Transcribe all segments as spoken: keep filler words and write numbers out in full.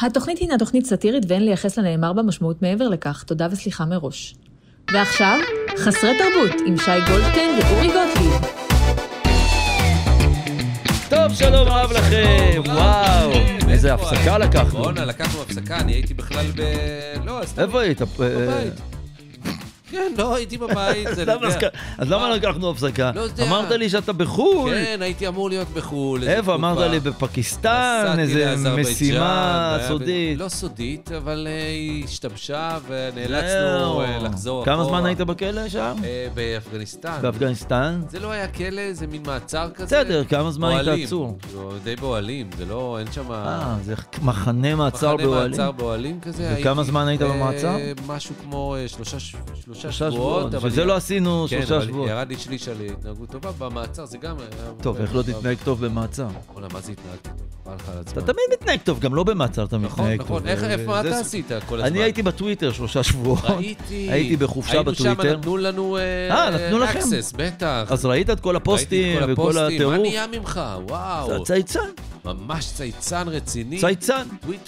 התוכנית הינה תוכנית סאטירית ואין לייחס לנאמר במשמעות מעבר לכך, תודה וסליחה מראש. ועכשיו, חסרי תרבות עם שי גולדשטיין ואורי גוטליב. טוב, שלום רב לכם, וואו, איזה הפסקה לקחנו. בואנה, לקחנו הפסקה, אני הייתי בכלל ב... לא, איפה היית? בבית. כן, לא, הייתי בבית. אז למה לקחנו הפסקה? לא יודע. אמרת לי שאתה בחול. כן, הייתי אמור להיות בחול. איפה? אמרת לי בפקיסטן, איזה משימה סודית. לא סודית, אבל היא השתבשה ונאלצנו לחזור. כמה זמן היית בכלא שם? באפגניסטן. באפגניסטן? זה לא היה כלא, זה מין מעצר כזה. בסדר, כמה זמן היית עצור? די באוהלים, זה לא, אין שם... אה, זה מחנה מעצר באוהלים. מחנה מעצר באוהלים כזה. וכמה זמן היית במעצר? משהו כמו שלושה שלושה שבועות, שזה לא עשינו שלושה שבועות. ירד לי שליש על התנהגות טובה, במעצר זה גם... טוב, איך לא תתנהג טוב במעצר? וואלה, מה זה התנהגתי טוב? בא לך על עצמם. אתה תמיד מתנהג טוב, גם לא במעצר אתה מתנהג טוב. נכון, נכון, איפה, מה אתה עשית כל הזמן? אני הייתי בטוויטר שלושה שבועות. ראיתי. הייתי בחופשה בטוויטר. היינו שם, נתנו לנו... אה, נתנו לכם? אקסס, בטח. אז ראית את כל הפוסטים וכל הטירוף? מה נהיה ממך? וואו. צייצן. ממש צייצן רציני. צייצן. טוויט.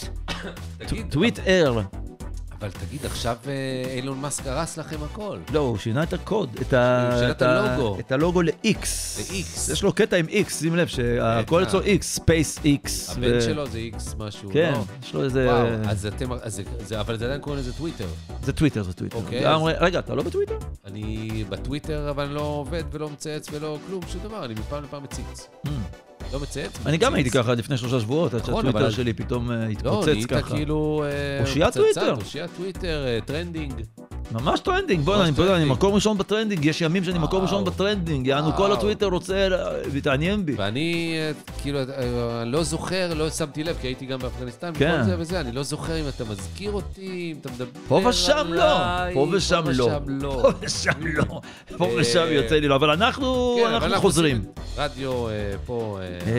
טוויטר. אבל תגיד, עכשיו אילון מאסק הרס לכם הכל. לא, הוא שינה את הקוד, את שינה את הלוגו. את הלוגו ל-X. ל-X. יש לו קטע עם X, שים לב שהכל אצלו X, ספייס X. הבן שלו זה X משהו, כן, לא? יש לו איזה... וואו, אז אתם, אבל זה עדיין קוראים לזה טוויטר. זה טוויטר, זה טוויטר. רגע, אתה לא בטוויטר? אני בטוויטר, אבל אני לא עובד ולא מצייץ ולא כלום, שום דבר, אני מפעם לפעם מציץ. לא מצייץ? אני גם הייתי ככה לפני שלושה שבועות, עד שהטוויטר שלי פתאום התפוצץ ככה. לא, נהיית כאילו... אושיית טוויטר. אושיית טוויטר, טרנדינג. ממש טרנדינג, בואו, אני מקום ראשון בטרנדינג, יש ימים שאני מקום ראשון בטרנדינג, יענו כל הטוויטר רוצה להתעניין בי. ואני, כאילו, לא זוכר, לא שמתי לב, כי הייתי גם באפגניסטן, וכל זה וזה, אני לא זוכר אם אתה מזכיר אותי, אם אתה מדבר עליי. פה ושם לא, פה ושם לא, פה ושם לא, פה ושם יוצא לי לא, אבל אנחנו חוזרים. רדיו פה,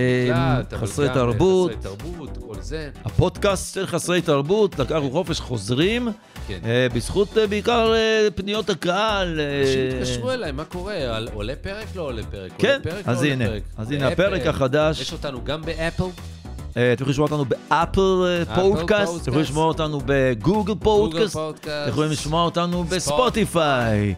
חסרי תרבות, כל זה. הפודקאסט של חסרי תרבות, לקחנו חופש, חוזרים, בזכות בעיקר פניות הקהל. שהתקשרו אליי, מה קורה? עולה פרק? לא עולה פרק. כן, אז הנה, אז הנה הפרק החדש. יש אותנו גם באפל. אתם יכולים לשמוע אותנו באפל פודקאסט, אתם יכולים לשמוע אותנו בגוגל פודקאסט, אתם יכולים לשמוע אותנו בספוטיפיי,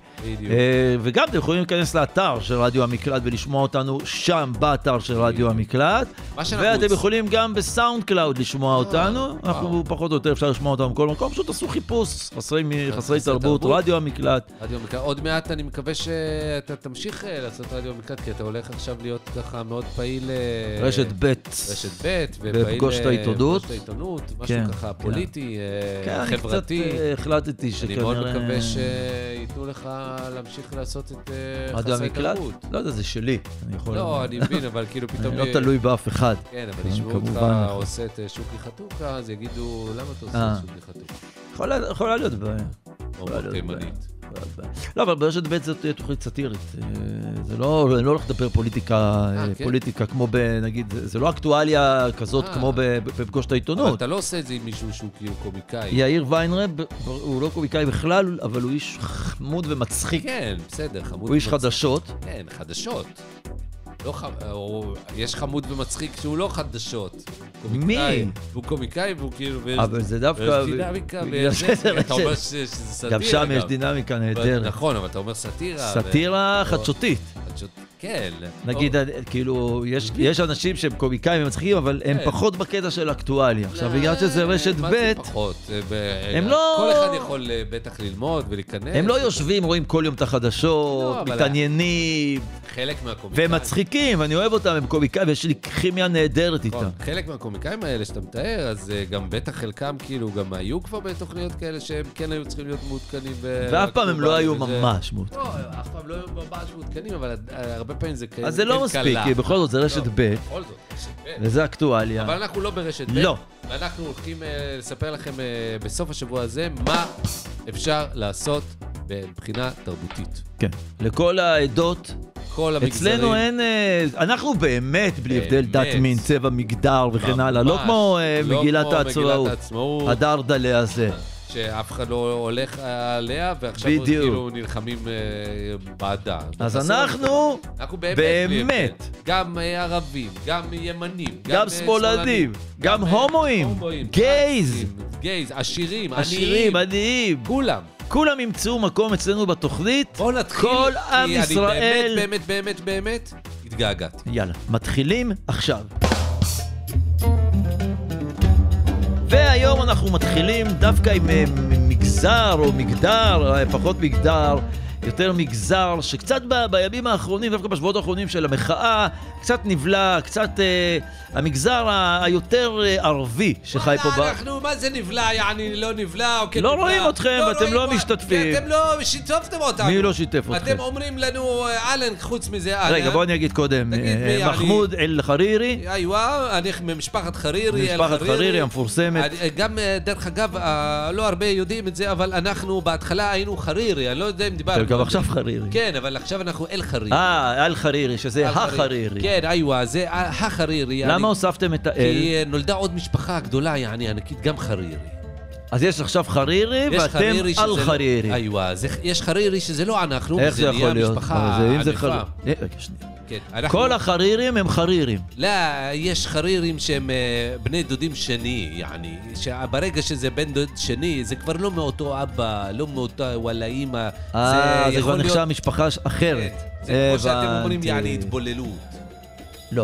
וגם אתם יכולים להיכנס לאתר של רדיו המקלט ולשמוע אותנו שם באתר של רדיו המקלט, ואתם יכולים גם בסאונד קלאוד לשמוע אותנו, אנחנו פחות או יותר אפשר לשמוע אותנו בכל מקום, פשוט תעשו חיפוש, חסרי תרבות, רדיו המקלט. עוד מעט אני מקווה שאתה תמשיך לעשות רדיו המקלט, כי אתה הולך עכשיו להיות ככה מאוד פעיל רשת ב' רשת ב' בפגוש את העיתונות, משהו ככה פוליטי, חברתי. אני קצת החלטתי שכנראה... אני מאוד מקווה שייתנו לך להמשיך לעשות את חסרי תרבות. לא יודע, זה שלי. לא, אני מבין, אבל כאילו פתאום... אני לא תלוי באף אחד. כן, אבל ישמעו אותך עושה את שוקי חתוקה, אז יגידו, למה אתה עושה את שוקי חתוקה? יכולה להיות בעיה. או תימנית. לא, אבל ברשת ב' זאת תוכנית סאטירית. זה לא, אני לא הולך לדבר פוליטיקה, פוליטיקה כמו ב, נגיד, זה לא אקטואליה כזאת כמו בפגוש את העיתונות. אבל אתה לא עושה את זה עם מישהו שהוא כאילו קומיקאי. יאיר ויינרב, הוא לא קומיקאי בכלל, אבל הוא איש חמוד ומצחיק. כן, בסדר, חמוד ומצחיק. הוא איש חדשות. כן, חדשות. יש חמוד ומצחיק שהוא לא חדשות. מי? הוא קומיקאי והוא כאילו... אבל זה דווקא... ויש דינמיקה אתה אומר שזה סאטירה. גם שם יש דינמיקה נהדרת. נכון, אבל אתה אומר סאטירה. סאטירה חדשותית. כן. נגיד, כאילו, יש אנשים שהם קומיקאים ומצחיקים, אבל הם פחות בקטע של אקטואליה. עכשיו, בגלל שזה רשת ב', מה זה פחות? הם לא... כל אחד יכול בטח ללמוד ולהיכנס. הם לא יושבים, רואים כל יום את החדשות, מתעניינים. חלק מהקומיקאים. ומצחיקים, ואני אוהב אותם, הם קומיקאים, ויש לי כימיה נהדרת איתם. חלק מהקומיקאים האלה שאתה מתאר, אז גם בטח חלקם כאילו גם היו כבר בתוכניות כאלה שהם כן היו צריכים להיות מעודכנים. ואף פעם הם לא היו ממש מעודכנים. לא, אף פעם לא היו ממש מעודכנים, אבל הרבה פעמים זה כן קלה. אז זה לא מספיק, כי בכל זאת זה רשת ב', בכל זאת, רשת ב'. וזה אקטואליה. אבל אנחנו לא ברשת ב'. לא. ואנחנו הולכים לספר לכם בסוף השבוע הזה מה אפשר לעשות מבחינה תרבותית. כן, לכל העדות. כל המגזרים. אצלנו אין, אנחנו באמת בלי הבדל דת מין, צבע, מגדר וכן הלאה, לא כמו מגילת העצמאות, הדרדלה הזה. שאף אחד לא הולך עליה, ועכשיו כאילו נלחמים בעדה. אז אנחנו באמת, גם ערבים, גם ימנים, גם שמאלנים, גם הומואים, גייז, גייז, עשירים, עשירים, עניים, כולם. כולם ימצאו מקום אצלנו בתוכנית. בואו נתחיל, כל עם ישראל. אני באמת, באמת, באמת, באמת, התגעגעתי. יאללה, מתחילים עכשיו. והיום אנחנו מתחילים דווקא עם מגזר או מגדר, פחות מגדר, יותר מגזר, שקצת ב- בימים האחרונים, דווקא בשבועות האחרונים של המחאה, קצת נבלה, קצת אה, המגזר ה- היותר אה, ערבי שחי פה ב... אנחנו, מה זה נבלה? יעני, לא נבלה או כן לא נבלה? רואים אתכם, ואתם לא משתתפים. אתם לא שיתפתם אותנו. מי לא שיתף אתכם? אתם אומרים לנו, אלן, חוץ מזה, אלן. רגע, בוא אני אגיד קודם. מחמוד אל-חרירי. איווה, אני ממשפחת חרירי. משפחת חרירי המפורסמת. גם, דרך אגב, לא הרבה יודעים את זה, אבל אנחנו בהתחלה היינו חרירי, אני לא יודע אם דיברנו. גם עכשיו חרירי. כן, אבל עכשיו אנחנו אל-חרירי. אה, אל-חרירי, שזה החרירי. כן, איווה, זה החרירי. למה הוספתם את האל? כי נולדה עוד משפחה גדולה, יעני, ענקית, גם חרירי. אז יש עכשיו חרירי ואתם אל-חרירי. איווה, יש חרירי שזה לא אנחנו, איך זה יכול להיות? משפחה ענפה. רגע, שנייה. כן, כל החרירים הם חרירים. לא, יש חרירים שהם בני דודים שני, יעני, שברגע שזה בן דוד שני, זה כבר לא מאותו אבא, לא מאותו וואלה אימא. אה, זה כבר נחשב משפחה אחרת. זה כמו שאתם אומרים, יעני, התבוללות. לא,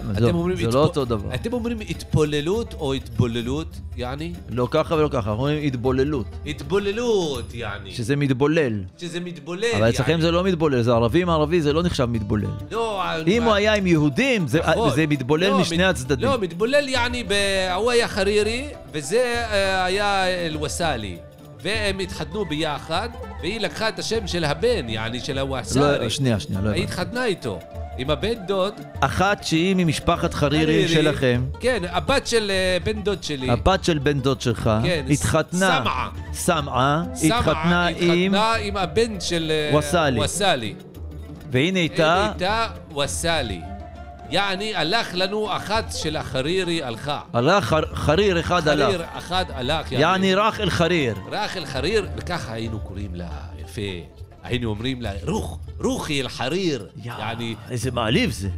זה לא אותו דבר. אתם אומרים התפוללות או התבוללות, יעני? לא ככה ולא ככה, אנחנו אומרים התבוללות. התבוללות, יעני. שזה מתבולל. שזה מתבולל, יעני. אבל אצלכם זה לא מתבולל, זה ערבים ערבי, זה לא נחשב מתבולל. לא, אם הוא היה עם יהודים, זה מתבולל משני הצדדים. לא, מתבולל, יעני, הוא היה חרירי, וזה היה אל-וסאלי. והם התחתנו ביחד, והיא לקחה את השם של הבן, יעני, של הווסאלי. לא, שנייה, שנייה, לא היא התחתנה איתו. עם הבן דוד. אחת שהיא ממשפחת חרירי שלכם. כן, הבת של בן דוד שלי. הבת של בן דוד שלך. כן, התחתנה. סמעה. סמעה. התחתנה עם... התחתנה עם הבן של... וסאלי. וסאלי. והנה איתה... והנה איתה וסאלי. יעני, הלך לנו אחת של החרירי הלכה. הלך, חריר אחד הלך. חריר אחד הלך. יעני רך אל חריר. רך אל חריר, וככה היינו קוראים לה, יפה. היינו אומרים לה, רוח, רוחי אל חריר. יעני... איזה מעליב זה.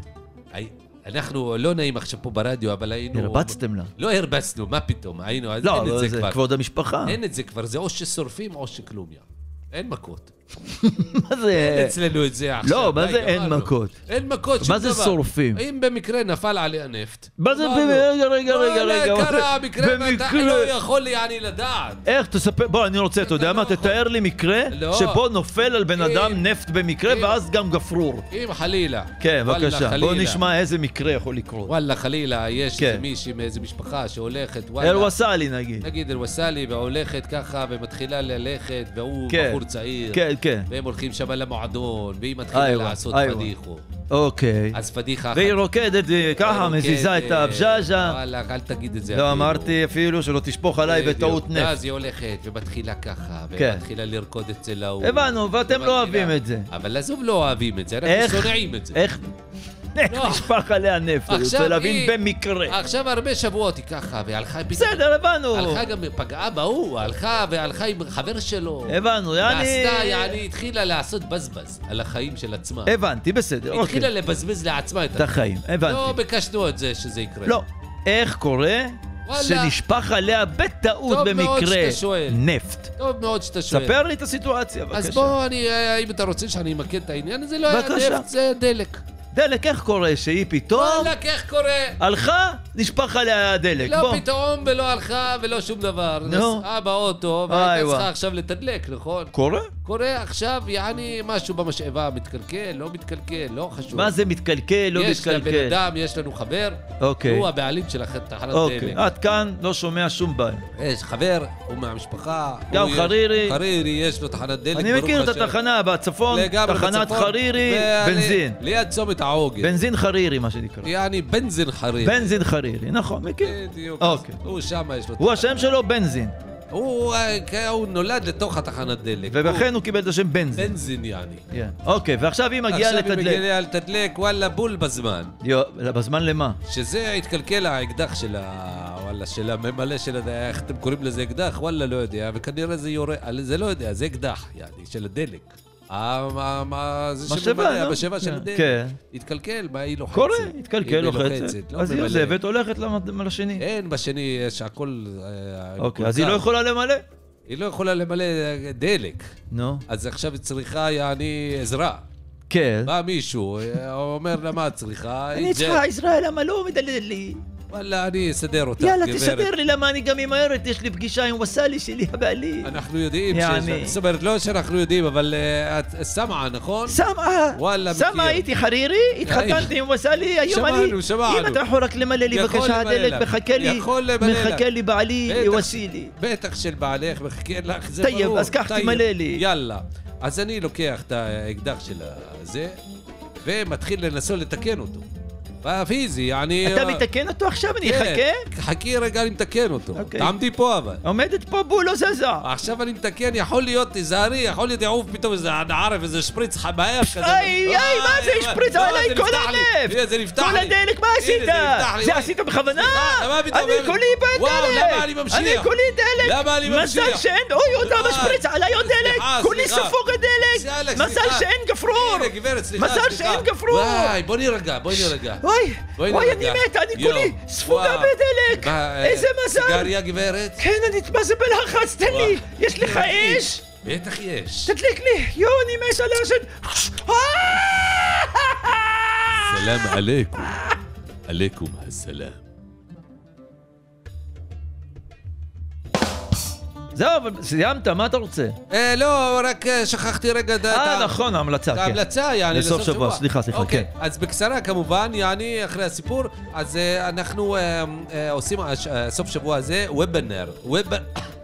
אנחנו לא נעים עכשיו פה ברדיו, אבל היינו... הרבצתם לה. לא הרבצנו, מה פתאום? היינו... לא, זה כבוד המשפחה. אין את זה כבר, זה או ששורפים או שכלום. אין מכות. מה זה? אין אצלנו את זה עכשיו. לא, מה זה אין מכות? אין מכות, שום דבר. מה זה שורפים? אם במקרה נפל עליה נפט. מה זה? רגע, רגע, רגע, רגע. מה קרה? במקרה ואתה לא יכול לי לדעת. איך? תספר, בוא, אני רוצה, אתה יודע מה? תתאר לי מקרה שבו נופל על בן אדם נפט במקרה ואז גם גפרור. אם חלילה. כן, בבקשה. בוא נשמע איזה מקרה יכול לקרות. וואלה, חלילה, יש מישהי מאיזה משפחה שהולכת, אל-וסאלי נגיד. נגיד אל-וסאלי, והולכת ככה ומתחילה ללכת, והוא בחור צעיר. כן, כן. והם הולכים שם למועדון, והיא מתחילה לעשות פדיחו. אוקיי. אז פדיחה אחת. והיא רוקדת ככה, מזיזה את האבז'אז'ה. וואלה, אל תגיד את זה. לא אמרתי אפילו שלא תשפוך עליי בטעות נפט. אז היא הולכת ומתחילה ככה, ומתחילה לרקוד אצל ההוא. הבנו, ואתם לא אוהבים את זה. אבל עזוב לא אוהבים את זה, אנחנו שונאים את זה. איך? איך נשפך עליה נפט? אני רוצה להבין במקרה. עכשיו הרבה שבועות היא ככה, והלכה... בסדר, הבנו. הלכה גם פגעה בהוא, הלכה והלכה עם חבר שלו. הבנו, יעני... ועשתה, יעני, התחילה לעשות בזבז על החיים של עצמה. הבנתי, בסדר, אוקיי. התחילה לבזבז לעצמה את החיים, הבנתי. לא ביקשנו את זה שזה יקרה. לא, איך קורה שנשפך עליה בטעות במקרה נפט? טוב מאוד שאתה שואל. ספר לי את הסיטואציה, בבקשה. אז בוא, אם אתה רוצה שאני אמקד את העניין הזה, לא היה נפט, זה דלק. דלק, איך קורה שהיא פתאום... דלק, איך קורה? הלכה, נשפך עליה דלק, לא בוא. פתאום ולא הלכה ולא שום דבר. נו. נסעה באוטו, והייתה צריכה עכשיו לתדלק, נכון? קורה? קורה עכשיו, יעני, משהו במשאבה מתקלקל, לא מתקלקל, לא חשוב. מה זה מתקלקל, לא יש מתקלקל? יש לבן אדם, יש לנו חבר, אוקיי. הוא הבעלים של תחנת אוקיי. דלק. עד כאן לא שומע שום בעיה. יש חבר, הוא מהמשפחה. גם הוא חרירי. יש, חרירי, יש לו תחנת דלק. אני מכיר את התחנה בצפון, תחנת חרירי, בנזין. ליד צומת העוגן. בנזין חרירי, מה שנקרא. יעני, בנזין חרירי. בנזין חרירי, נכון, מכיר. בדיוק. אוקיי. הוא שם יש לו... הוא השם שלו בנזין. הוא, הוא נולד לתוך התחנת דלק. ובכן הוא קיבל את השם בנזין. בנזין, יעני. אוקיי, ועכשיו היא מגיעה לתדלק. עכשיו היא מגיעה לתדלק, וואלה, בול בזמן. יו, בזמן למה? שזה התקלקל האקדח של וואלה, של הממלא של זה, איך אתם קוראים לזה אקדח? וואלה, לא יודע, וכנראה זה יורה, זה לא יודע, זה אקדח, יעני, של הדלק. זה שממלא, המשאבה של הדלק. התקלקל, מה היא לוחצת? קורה, התקלקל, לוחצת. אז היא עוזבת, הולכת לשני. אין, בשני יש הכל... אוקיי, אז היא לא יכולה למלא? היא לא יכולה למלא דלק. נו. אז עכשיו היא צריכה, יעני, עזרה. כן. בא מישהו, אומר לה מה צריכה? אני צריכה עזרה, למה לא מדלל לי? וואלה, אני אסדר אותך, גברת. יאללה, תסדר לי למה אני גם ממהרת, יש לי פגישה עם וסאלי שלי, הבעלי. אנחנו יודעים שיש... זאת אומרת, לא שאנחנו יודעים, אבל את סמעה, נכון? סמעה. וואלה, מכיר. סמעה, הייתי חרירי, התחתנתי עם וסאלי, היום אני... שמענו, שמענו. אם אתה יכול רק למלא לי בבקשה הדלת, מחכה לי, מחכה לי בעלי, וסילי. בטח של בעלך, מחכה לך, זה טייב, ברור. אז כך תמלא לי. יאללה. אז אני לוקח את האקדח של הזה, ומתחיל לנסות לתקן אותו. פיזי, אני... אתה מתקן אותו עכשיו? אני אחכה? חכי רגע, אני מתקן אותו. תעמדי פה אבל. עומדת פה בול, לא זזה. עכשיו אני מתקן, יכול להיות תיזהרי, יכול להיות יעוף פתאום איזה ערף, איזה שפריץ חמאר כזה. איי, איי, מה זה שפריץ עליי? כל הנפט! זה נפתח לי. כל הדלק, מה עשית? זה עשית בכוונה? אני כולי בדלק. וואו, למה אני ממשיך? אני כולי דלק. למה אני ממשיך? מזל שאין, אוי, עוד משפריץ עליי עוד דלק. כולי ספוג הדלק. מזל שאין גפרור. מזל שאין גפרור. וואי, בוא נירגע, בוא נירגע. וואי, וואי, אני מת, אני כולי ספוגה בדלק. איזה מזל. סיגריה, גברת? כן, אני, מה זה בלחץ? תן לי. יש לך אש? בטח יש. תדליק לי. יו, אני מת על השד. סלאם עליכום. עליכום הסלאם. זהו, אבל סיימת, מה אתה רוצה? אה, לא, רק שכחתי רגע... אה, נכון, ההמלצה, כן. ההמלצה, יעני, לסוף שבוע. סליחה, סליחה, כן. אז בקצרה, כמובן, יעני, אחרי הסיפור, אז אנחנו עושים סוף שבוע הזה, וובינר. וובינר.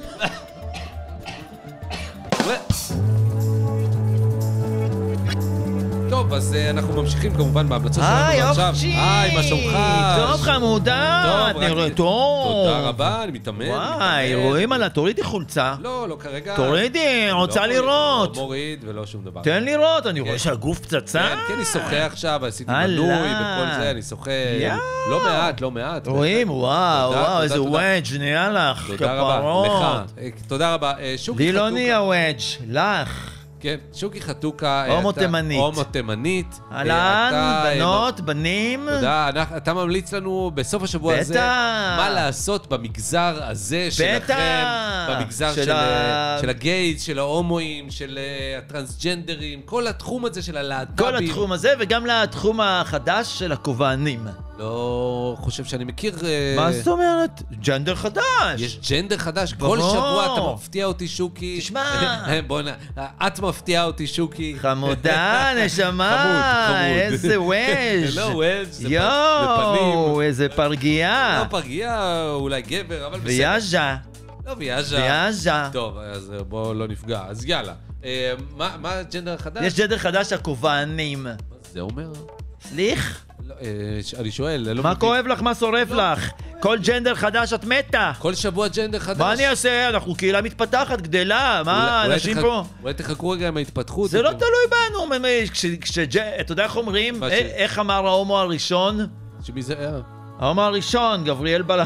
טוב, אז אנחנו ממשיכים כמובן בהמלצות שלנו עכשיו. היי, מה שלומך? טוב, חמודה, את נראית טוב. תודה רבה, אני מתאמן. וואי, רואים עלה, תורידי חולצה. לא, לא כרגע. תורידי, רוצה לראות. לא מוריד ולא שום דבר. תן לראות, אני רואה שהגוף פצצה. כן, כן, אני שוחה עכשיו, עשיתי מנוי וכל זה, אני שוחה. לא מעט, לא מעט. רואים, וואו, וואו, איזה וואג' נהיה לך, כפרות. תודה רבה. לי לא נהיה וואג', לך. כן, שוקי חתוקה, הומו תימנית. הומו תימנית. אהלן, בנות, בנים. תודה, אתה ממליץ לנו בסוף השבוע הזה מה לעשות במגזר הזה שלכם, במגזר של הגייז, של ההומואים, של הטרנסג'נדרים, כל התחום הזה של הלהט"בים. כל התחום הזה וגם לתחום החדש של הכובענים. לא חושב שאני מכיר... מה זאת אומרת? ג'נדר חדש. יש ג'נדר חדש. כל שבוע אתה מפתיע אותי, שוקי. תשמע. בוא נע... את מפתיעה אותי, שוקי. חמודה, נשמה. חמוד, חמוד. איזה וואז'. לא וואז', זה פנים. יואו, איזה פרגייה. לא פרגייה, אולי גבר, אבל בסדר. ויאז'ה. לא ויאז'ה. ויאז'ה. טוב, אז בואו לא נפגע. אז יאללה. מה הג'נדר החדש? יש ג'נדר חדש, הכובענים. מה זה אומר? סליח? אני שואל, מה כואב לך? מה שורף לך? כל ג'נדר חדש את מתה. כל שבוע ג'נדר חדש. מה אני אעשה? אנחנו קהילה מתפתחת, גדלה. מה, אנשים פה? אולי תחכו רגע עם ההתפתחות. זה לא תלוי בנו. אתה יודע איך אומרים? איך אמר ההומו הראשון? שמי זה היה? ההומו הראשון, גבריאל בלן.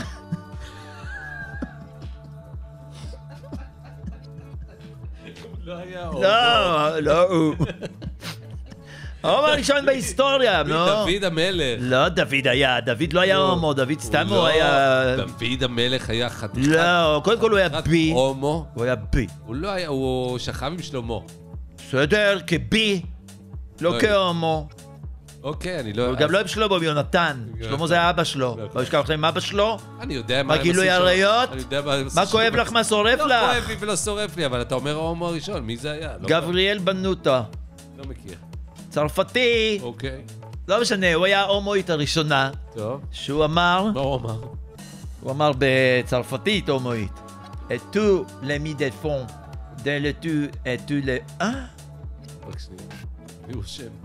לא היה. לא, לא הוא. ההומו הראשון בהיסטוריה, נו. דוד המלך. לא, דוד היה, דוד לא היה הומו, דוד סתם הוא היה... דוד המלך היה חתיכת... לא, קודם כל הוא היה בי. הומו. הוא היה בי. הוא לא היה, הוא שכב עם שלמה. בסדר, כבי, לא כהומו. אוקיי, אני לא... הוא גם לא עם שלמה, הוא יונתן. שלמה זה האבא שלו. לא ישכח לכם עם אבא שלו? אני יודע מה... בגילוי עריות? מה כואב לך, מה שורף לך? לא כואב לי ולא שורף לי, אבל אתה אומר ההומו הראשון, מי זה היה? גבריאל בנוטה. לא מכיר. צרפתי. אוקיי. לא משנה, הוא היה ההומואית הראשונה. טוב. שהוא אמר... מה הוא אמר? הוא אמר בצרפתית הומואית. Et tout les mis de fond, de le tout et tout le... אה? רק שנייה. מי הוא שם?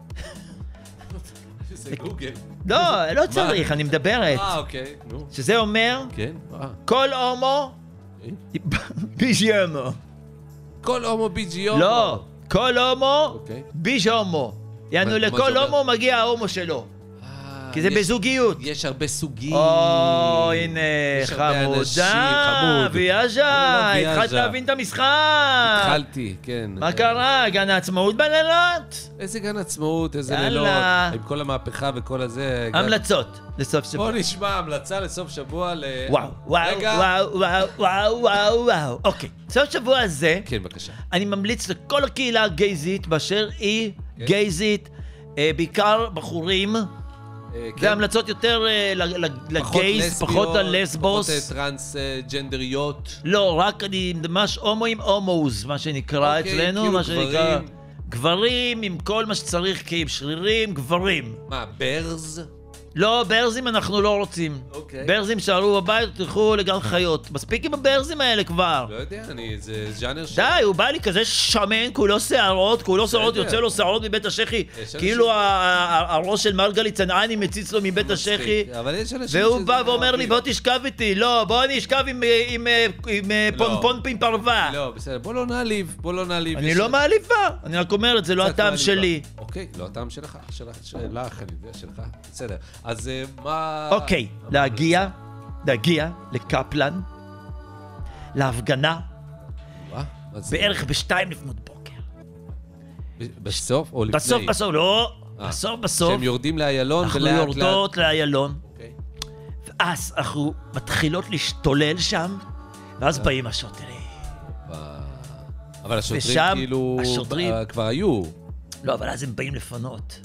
זה גוגל. לא, לא צריך, אני מדברת. אה, אוקיי, נו. שזה אומר... כן, מה? כל הומו... ביג'י הומו. כל הומו ביג'י הומו? לא. כל הומו, ביש הומו. יענו לכל הומו מגיע ההומו שלו. כי זה בזוגיות. יש הרבה סוגים. או, הנה, חמודה, ויאז'ה, התחלת להבין את המשחק. התחלתי, כן. מה קרה? גן העצמאות בלילות? איזה גן עצמאות, איזה לילות, עם כל המהפכה וכל הזה. המלצות לסוף שבוע. בוא נשמע המלצה לסוף שבוע ל... וואו, וואו, וואו, וואו, וואו, וואו, וואו. אוקיי, סוף שבוע הזה, כן, בבקשה. אני ממליץ לכל הקהילה הגייזית באשר היא גייזית, בעיקר בחורים, והמלצות יותר לגייז, פחות ללסבוס. פחות טרנסג'נדריות. לא, רק אני ממש הומואים הומוז, מה שנקרא אצלנו, מה שנקרא... גברים עם כל מה שצריך, כי עם שרירים, גברים. מה, ברז? לא, ברזים אנחנו לא רוצים. אוקיי. ברזים שערו בבית, תלכו לגן חיות. מספיק עם הברזים האלה כבר. לא יודע, אני, זה ז'אנר ש... די, הוא בא לי כזה שמן, כולו שערות, כולו שערות, יוצא לו שערות מבית השכי. כאילו הראש של מרגלית צנעני מציץ לו מבית השכי. אבל יש אנשים... והוא בא ואומר לי, בוא תשכב איתי. לא, בוא אני אשכב עם פונפון עם פרווה. לא, בסדר, בוא לא נעליב, בוא לא נעליב. אני לא מעליבה, אני רק אומר את זה, לא הטעם שלי. אוקיי, לא הטעם שלך, שלך, שלך, אני יודע, שלך, בסדר. אז מה... אוקיי, להגיע, להגיע לקפלן, להפגנה, בערך בשתיים לפנות בוקר. בסוף או לפני? בסוף, בסוף, לא, בסוף, בסוף. שהם יורדים לאיילון אנחנו יורדות לאיילון, ואז אנחנו מתחילות להשתולל שם, ואז באים השוטרים. אבל השוטרים כאילו כבר היו. לא, אבל אז הם באים לפנות.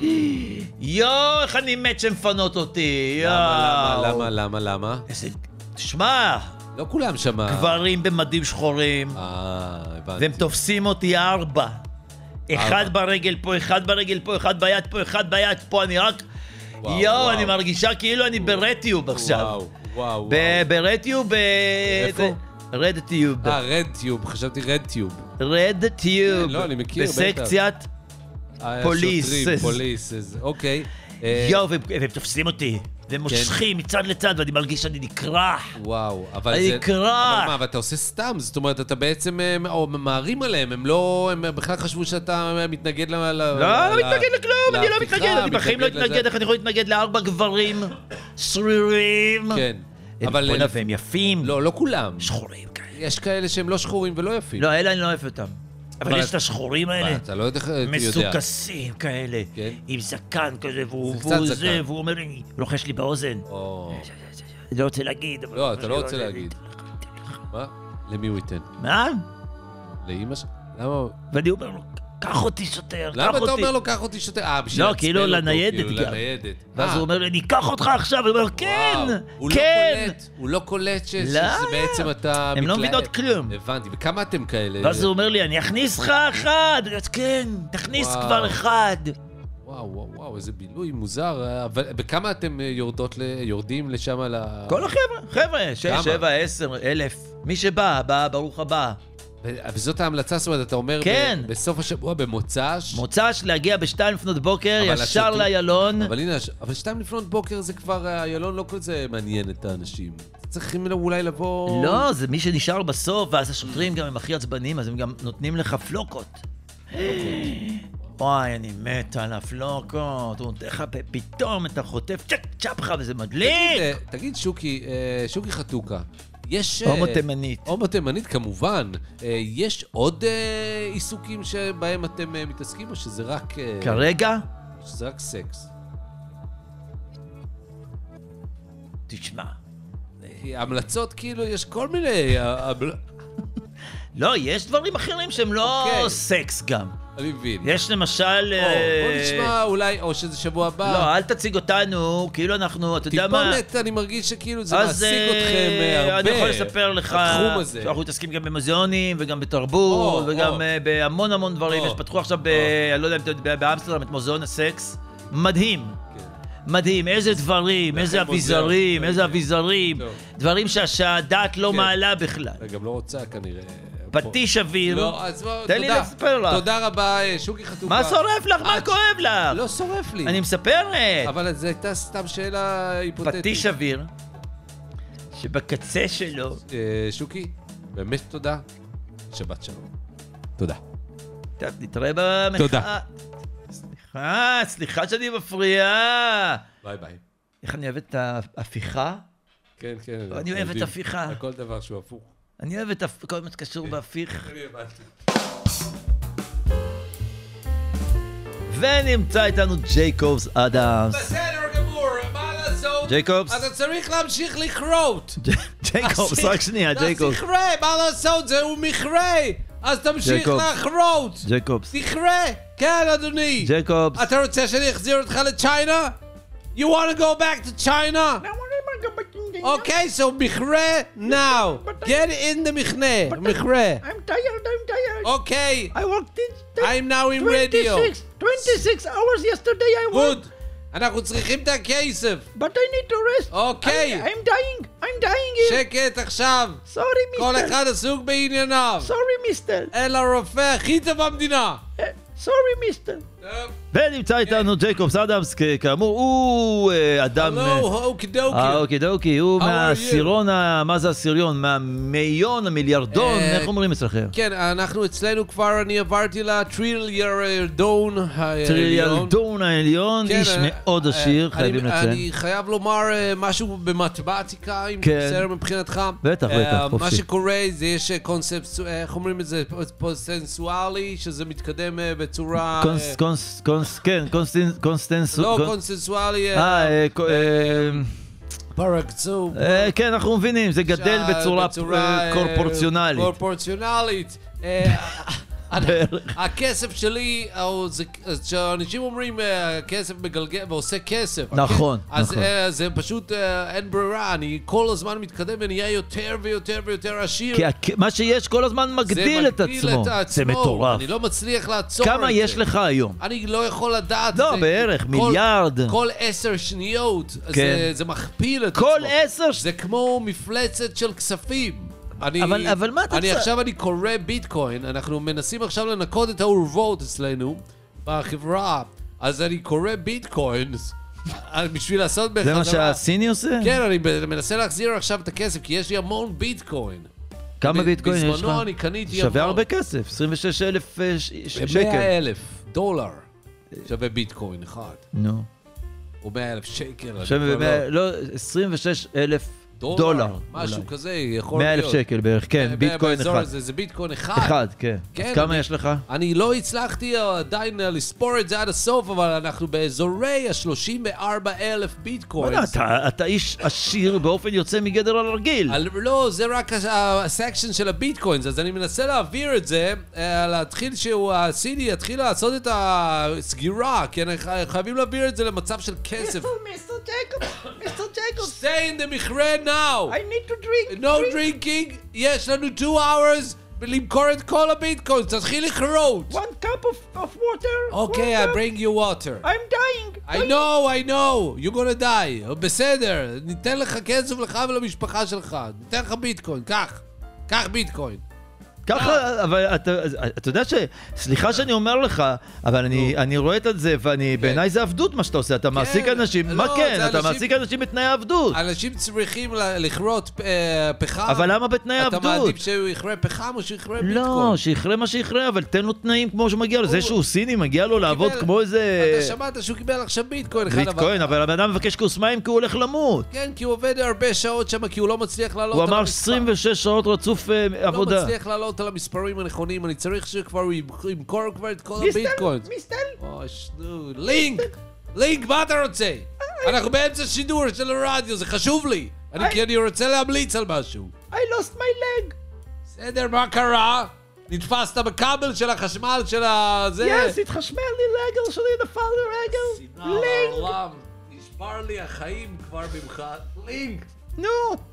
יואו, איך אני מת שמפנות אותי, יואו. למה, למה, למה, למה? איזה... תשמע. לא כולם שמה. גברים במדים שחורים. אה, הבנתי. והם תופסים אותי ארבע. אחד ברגל פה, אחד ברגל פה, אחד ביד פה, אחד ביד פה, אני רק... יואו, אני מרגישה כאילו אני ברטיוב עכשיו. וואו, וואו. ברטיוב, ב... איפה? רד טיוב. אה, רד טיוב, חשבתי רד טיוב. רד טיוב. לא, אני מכיר, בטח. בסקציית פוליס. שוטרים, פוליס, אוקיי. יואו, והם תופסים אותי. והם מושכים מצד לצד, ואני מרגיש שאני נקרח. וואו, אבל זה... אני נקרח. אבל מה, אבל אתה עושה סתם, זאת אומרת, אתה בעצם, או ממהרים עליהם, הם לא, הם בכלל חשבו שאתה מתנגד ל... לא, לא מתנגד לכלום, אני לא מתנגד, אני בחיים לא מתנגד, איך אני יכול להתנגד לארבע גברים שרירים? כן. אבל... והם יפים. לא, לא כולם. שחורים כאלה. יש כאלה שהם לא שחורים ולא יפים. לא, אלה אני לא אוהב אותם. אבל יש את השחורים האלה, אתה לא יודע, מסוכסים כאלה, עם זקן כזה, והוא זה, והוא אומר לי, לוחש לי באוזן. אני לא רוצה להגיד. לא, אתה לא רוצה להגיד. מה? למי הוא ייתן? מה? לאמא ש... למה? ואני אומר לו, קח אותי שוטר, קח אותי. למה אתה אומר לו, קח אותי שוטר? אה, בשביל לא, כאילו לניידת. ואז הוא אומר לי, אני אקח אותך עכשיו, ואני אומר, כן, כן. הוא לא קולט שזה בעצם אתה... הם לא מבינות כלום. הבנתי, וכמה אתם כאלה? ואז הוא אומר לי, אני אכניס לך אחד. כן, תכניס כבר אחד. וואו, וואו, וואו, איזה בילוי מוזר. וכמה אתם יורדים לשם על ה... כל החבר'ה, חבר'ה, שש, שבע, עשר, אלף. מי שבא, בא, ברוך הבא. וזאת ההמלצה, זאת אומרת, אתה אומר כן. בסוף השבוע, במוצ"ש. מוצ"ש להגיע בשתיים לפנות בוקר, ישר לאיילון. אבל הנה, אבל שתיים לפנות בוקר זה כבר, האיילון לא כל זה מעניין את האנשים. צריכים אולי לבוא... לא, זה מי שנשאר בסוף, ואז השוטרים גם הם הכי עצבנים, אז הם גם נותנים לך פלוקות. וואי, אני מת על הפלוקות, הוא נותן לך פתאום, אתה חוטף צ'ק צ'פחה וזה מדליק. תגיד, שוקי, שוקי חתוקה. יש... הומו תימנית. הומו תימנית, כמובן. יש עוד עיסוקים שבהם אתם מתעסקים, או שזה רק... כרגע? שזה רק סקס. תשמע. המלצות, כאילו, יש כל מיני... לא, יש דברים אחרים שהם לא סקס גם. אני מבין. יש למשל... בוא נשמע אולי, או שזה שבוע הבא. לא, אל תציג אותנו, כאילו אנחנו, אתה יודע מה... טיפונת, אני מרגיש שכאילו זה מעסיק אתכם הרבה. אני יכול לספר לך, התחום הזה. שאנחנו מתעסקים גם במוזיאונים, וגם בתרבות, וגם בהמון המון דברים. יש פתחו עכשיו, אני לא יודע אם אתה יודע, באמסטרדם, את מוזיאון הסקס. מדהים. מדהים, איזה דברים, איזה אביזרים, איזה אביזרים. דברים שהדעת לא מעלה בכלל. גם לא רוצה כנראה. פטיש אוויר. לא, אז בוא, תן לי לספר לך. תודה רבה, שוקי חתוכה. מה שורף לך? מה כואב לך? לא שורף לי. אני מספרת. אבל זו הייתה סתם שאלה היפותטית. פטיש אוויר, שבקצה שלו... שוקי, באמת תודה. שבת שלום. תודה. טוב, נתראה במחאה. תודה. אה, סליחה שאני מפריעה. ביי ביי. איך אני אוהב את ההפיכה? כן, כן. אני אוהב את ההפיכה. כל דבר שהוא הפוך. אני אוהב את כל מה שקשור בהפיך. אני הבנתי. ונמצא איתנו ג'ייקובס אדמס. בסדר גמור, מה לעשות? ג'ייקובס? אתה צריך להמשיך לקרות. ג'ייקובס, רק שנייה, ג'ייקובס. תכרה, מה לעשות? זהו מכרה. אז תמשיך לחרות. ג'ייקובס. תכרה. כן, אדוני. ג'ייקובס. אתה רוצה שאני אחזיר אותך לצ'יינה? You want to go back to China? Okay, so מכרה now. Get in the מכנה. מכרה. I'm tired, I'm tired. Okay. I worked it. I'm now in radio. twenty-six hours yesterday I worked. Good. אנחנו צריכים את הכסף. But I need to rest. אוקיי. I'm dying. I'm dying here. שקט עכשיו. Sorry, mister. כל אחד עסוק בענייניו. Sorry, mister. אל הרופא הכי טוב במדינה. Sorry, mister. ונמצא איתנו ג'ייקובס אדמס, כאמור, הוא אדם... הלו, אוקי דוקי. אוקי דוקי, הוא מהעשירון, מה זה העשירון? מהמיליון, המיליארדון, איך אומרים אצלכם? כן, אנחנו אצלנו כבר, אני עברתי לטריליארדון העליון. טריליארדון העליון, איש מאוד עשיר, חייבים לציין. אני חייב לומר משהו במתמטיקה, אם בסדר מבחינתך. בטח, בטח, חופשי. מה שקורה זה יש קונספט, איך אומרים את זה? קונסנסואלי, שזה מתקדם בצורה... קונס, כן, קונסטנס... לא, קונסנסואלי... אה, פרקצוב. כן, אנחנו מבינים, זה גדל בצורה קורפורציונלית. קורפורציונלית. הכסף שלי, כשאנשים אומרים כסף מגלגל ועושה כסף. נכון, אז זה פשוט אין ברירה, אני כל הזמן מתקדם ונהיה יותר ויותר ויותר עשיר. כי מה שיש כל הזמן מגדיל את עצמו. זה מטורף. אני לא מצליח לעצור את זה. כמה יש לך היום? אני לא יכול לדעת. לא, בערך, מיליארד. כל עשר שניות, זה מכפיל את עצמו. כל עשר? זה כמו מפלצת של כספים. אני, אבל, אבל מה אתה אני צ... עכשיו אני קורא ביטקוין, אנחנו מנסים עכשיו לנקוד את האורוות אצלנו בחברה, אז אני קורא ביטקוין בשביל לעשות בחזרה. זה מה שהסיני עושה? כן, אני מנסה להחזיר עכשיו את הכסף, כי יש לי המון ביטקוין. כמה ביטקוין יש לך? בזמנו אני קניתי... שווה הרבה כסף, עשרים ושש אלף שקל. מאה אלף דולר שווה ביטקוין אחד. נו. או מאה אלף שקל. שווה, לא, עשרים ושש אלף דולר. משהו כזה יכול להיות. מאה אלף שקל בערך, כן, ביטקוין אחד. זה ביטקוין אחד. אחד, כן. אז כמה יש לך? אני לא הצלחתי עדיין לספור את זה עד הסוף, אבל אנחנו באזורי ה-שלושים וארבעה אלף ביטקוין. אתה איש עשיר באופן יוצא מגדר הרגיל. לא, זה רק הסקשן של הביטקוינס, אז אני מנסה להעביר את זה, להתחיל שהסיני יתחיל לעשות את הסגירה, כי חייבים להעביר את זה למצב של כסף. מיסטר ג'ייקובס, מיסטר ג'ייקובס. Stay in the מכרה now. I need to drink. No drinking. יש לנו two hours למכור את כל הביטקוין. תתחיל לקרות. One cup of, of water. Okay, I bring you water. I'm dying. I know, I know. You're gonna die. בסדר. ניתן לך כסף לך ולמשפחה שלך. ניתן לך ביטקוין. קח. קח ביטקוין. ככה, אבל אתה יודע ש... סליחה שאני אומר לך, אבל אני רואה את זה, ובעיניי זה עבדות מה שאתה עושה, אתה מעסיק אנשים, מה כן? אתה מעסיק אנשים בתנאי עבדות. אנשים צריכים לכרות פחם. אבל למה בתנאי עבדות? אתה מעדיף שהוא יכרה פחם או שיכרה ביטקוין? לא, שיכרה מה שיכרה, אבל תן לו תנאים כמו שמגיע לו. זה שהוא סיני, מגיע לו לעבוד כמו איזה... אתה שמעת שהוא קיבל עכשיו ביטקוין. ביטקוין, אבל הבן אדם מבקש כוס מים כי הוא הולך למות. כן, כי הוא עובד הרבה שעות שם, כי הוא לא מצליח לעלות הוא אמר עשרים ושש שעות רצוף עבודה. לא מצליח לעלות על המספרים הנכונים, אני צריך שכבר הוא ימכור כבר את כל הביטקוין. מיסטר? אוי, שנו, לינק! לינק, מה אתה רוצה? אנחנו באמצע שידור של הרדיו, זה חשוב לי. כי אני רוצה להמליץ על משהו. I lost my leg. בסדר, מה קרה? נתפסת בכבל של החשמל של הזה? Yes, התחשמל לי רגל שלי, נפל לי רגל. לינק! נשבר לי החיים כבר ממך. לינק! נו!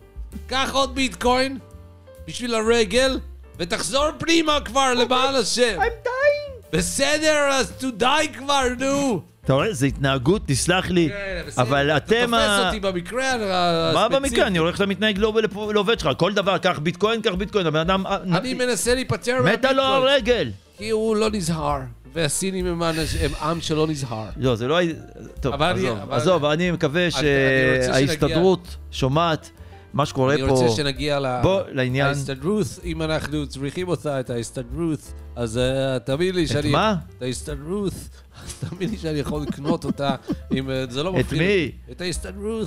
קח עוד ביטקוין בשביל הרגל ותחזור פנימה כבר לבעל השם. I'm dying. בסדר, אז תודי כבר, נו. אתה רואה, זה התנהגות, תסלח לי, אבל אתם... אתה תופס אותי במקרה הספציפי. מה במקרה? אני הולך למתנהג לעובד שלך, כל דבר, קח ביטקוין, קח ביטקוין, הבן אדם... אני מנסה להיפטר מהביטקוין. מתה לו הרגל. כי הוא לא נזהר, והסינים הם עם שלא נזהר. לא, זה לא... טוב, עזוב, עזוב, אני מקווה שההסתדרות שומעת, מה שקורה פה... אני רוצה שנגיע לעניין... ההסתדרות, אם אנחנו צריכים אותה, את ההסתדרות, אז תמיד לי שאני... את מה? את ההסתדרות, אז תמיד לי שאני יכול לקנות אותה, אם זה לא מפחיד... את מי? את ההסתדרות.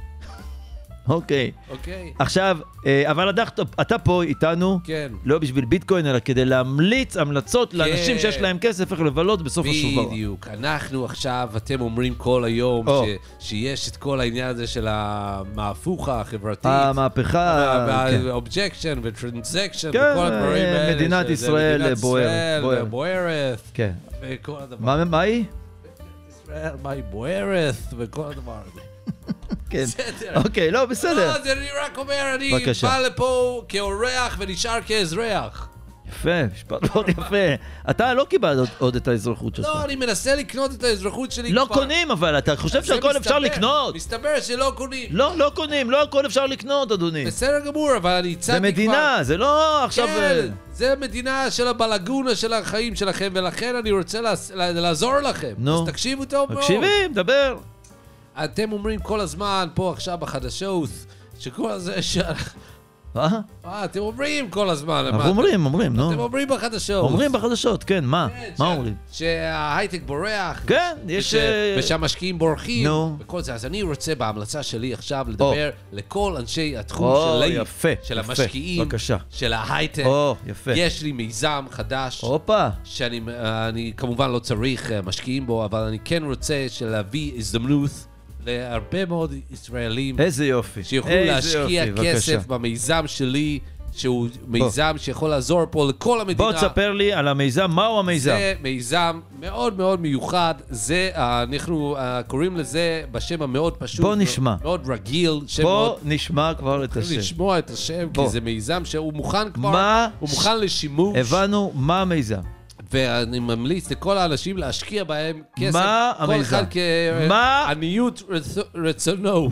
אוקיי. אוקיי. עכשיו, אבל אתה פה איתנו, כן. לא בשביל ביטקוין, אלא כדי להמליץ המלצות לאנשים שיש להם כסף איך לבלות בסוף השבוע. בדיוק. אנחנו עכשיו, אתם אומרים כל היום שיש את כל העניין הזה של המהפוכה החברתית. המהפכה. והאובג'קשן וטרנזקשן וכל הדברים האלה. מדינת ישראל בוערת. כן. וכל הדבר. מה היא? ישראל, מה היא בוערת וכל הדבר הזה. כן. אוקיי, לא, בסדר. לא, זה אני רק אומר, אני בא לפה כאורח ונשאר כאזרח. יפה, משפט מאוד יפה. אתה לא קיבלת עוד את האזרחות שלך. לא, אני מנסה לקנות את האזרחות שלי. לא קונים, אבל אתה חושב שהכל אפשר לקנות. מסתבר שלא קונים. לא, לא קונים, לא הכל אפשר לקנות, אדוני. בסדר גמור, אבל אני הצעתי כבר. זה מדינה, זה לא עכשיו... כן, זה מדינה של הבלגונה של החיים שלכם, ולכן אני רוצה לעזור לכם. אז תקשיבו טוב מאוד. תקשיבים, דבר. אתם אומרים כל הזמן, פה עכשיו בחדשות, שכל הזה ש... מה? אה, אתם אומרים כל הזמן. אנחנו אומרים, אומרים, נו. אתם אומרים בחדשות. אומרים בחדשות, כן, מה? מה אומרים? שההייטק בורח. כן, יש... ושהמשקיעים בורחים. נו. וכל זה. אז אני רוצה בהמלצה שלי עכשיו לדבר לכל אנשי התחום שלי. יפה, של המשקיעים. בבקשה. של ההייטק. או, יפה. יש לי מיזם חדש. הופה. שאני כמובן לא צריך משקיעים בו, אבל אני כן רוצה להביא הזדמנות להרבה מאוד ישראלים. איזה יופי. שיוכלו להשקיע כסף במיזם שלי, שהוא מיזם שיכול לעזור פה לכל המדינה. בוא תספר לי על המיזם, מהו המיזם? זה מיזם מאוד מאוד מיוחד, זה, אנחנו קוראים לזה בשם המאוד פשוט. בוא נשמע. מאוד רגיל. בוא נשמע כבר את השם. לשמוע את השם, כי זה מיזם שהוא מוכן כבר, הוא מוכן לשימוש. הבנו מה המיזם. ואני ממליץ לכל האנשים להשקיע בהם כסף. מה המיזם? כל אחד כעניות רצונו.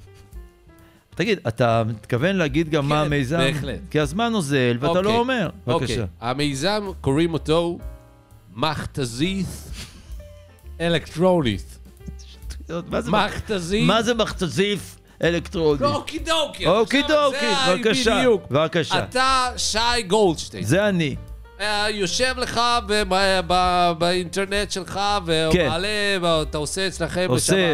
תגיד, אתה מתכוון להגיד גם מה המיזם? בהחלט. כי הזמן נוזל ואתה לא אומר. בבקשה. המיזם קוראים אותו מכתזית אלקטרונית. מכתזית. מה זה מכתזית אלקטרונית? אוקי דוקי. אוקי דוקי, בבקשה. בבקשה. אתה שי גולדשטיין. זה אני. יושב לך באינטרנט שלך ומעלה, ואתה עושה אצלכם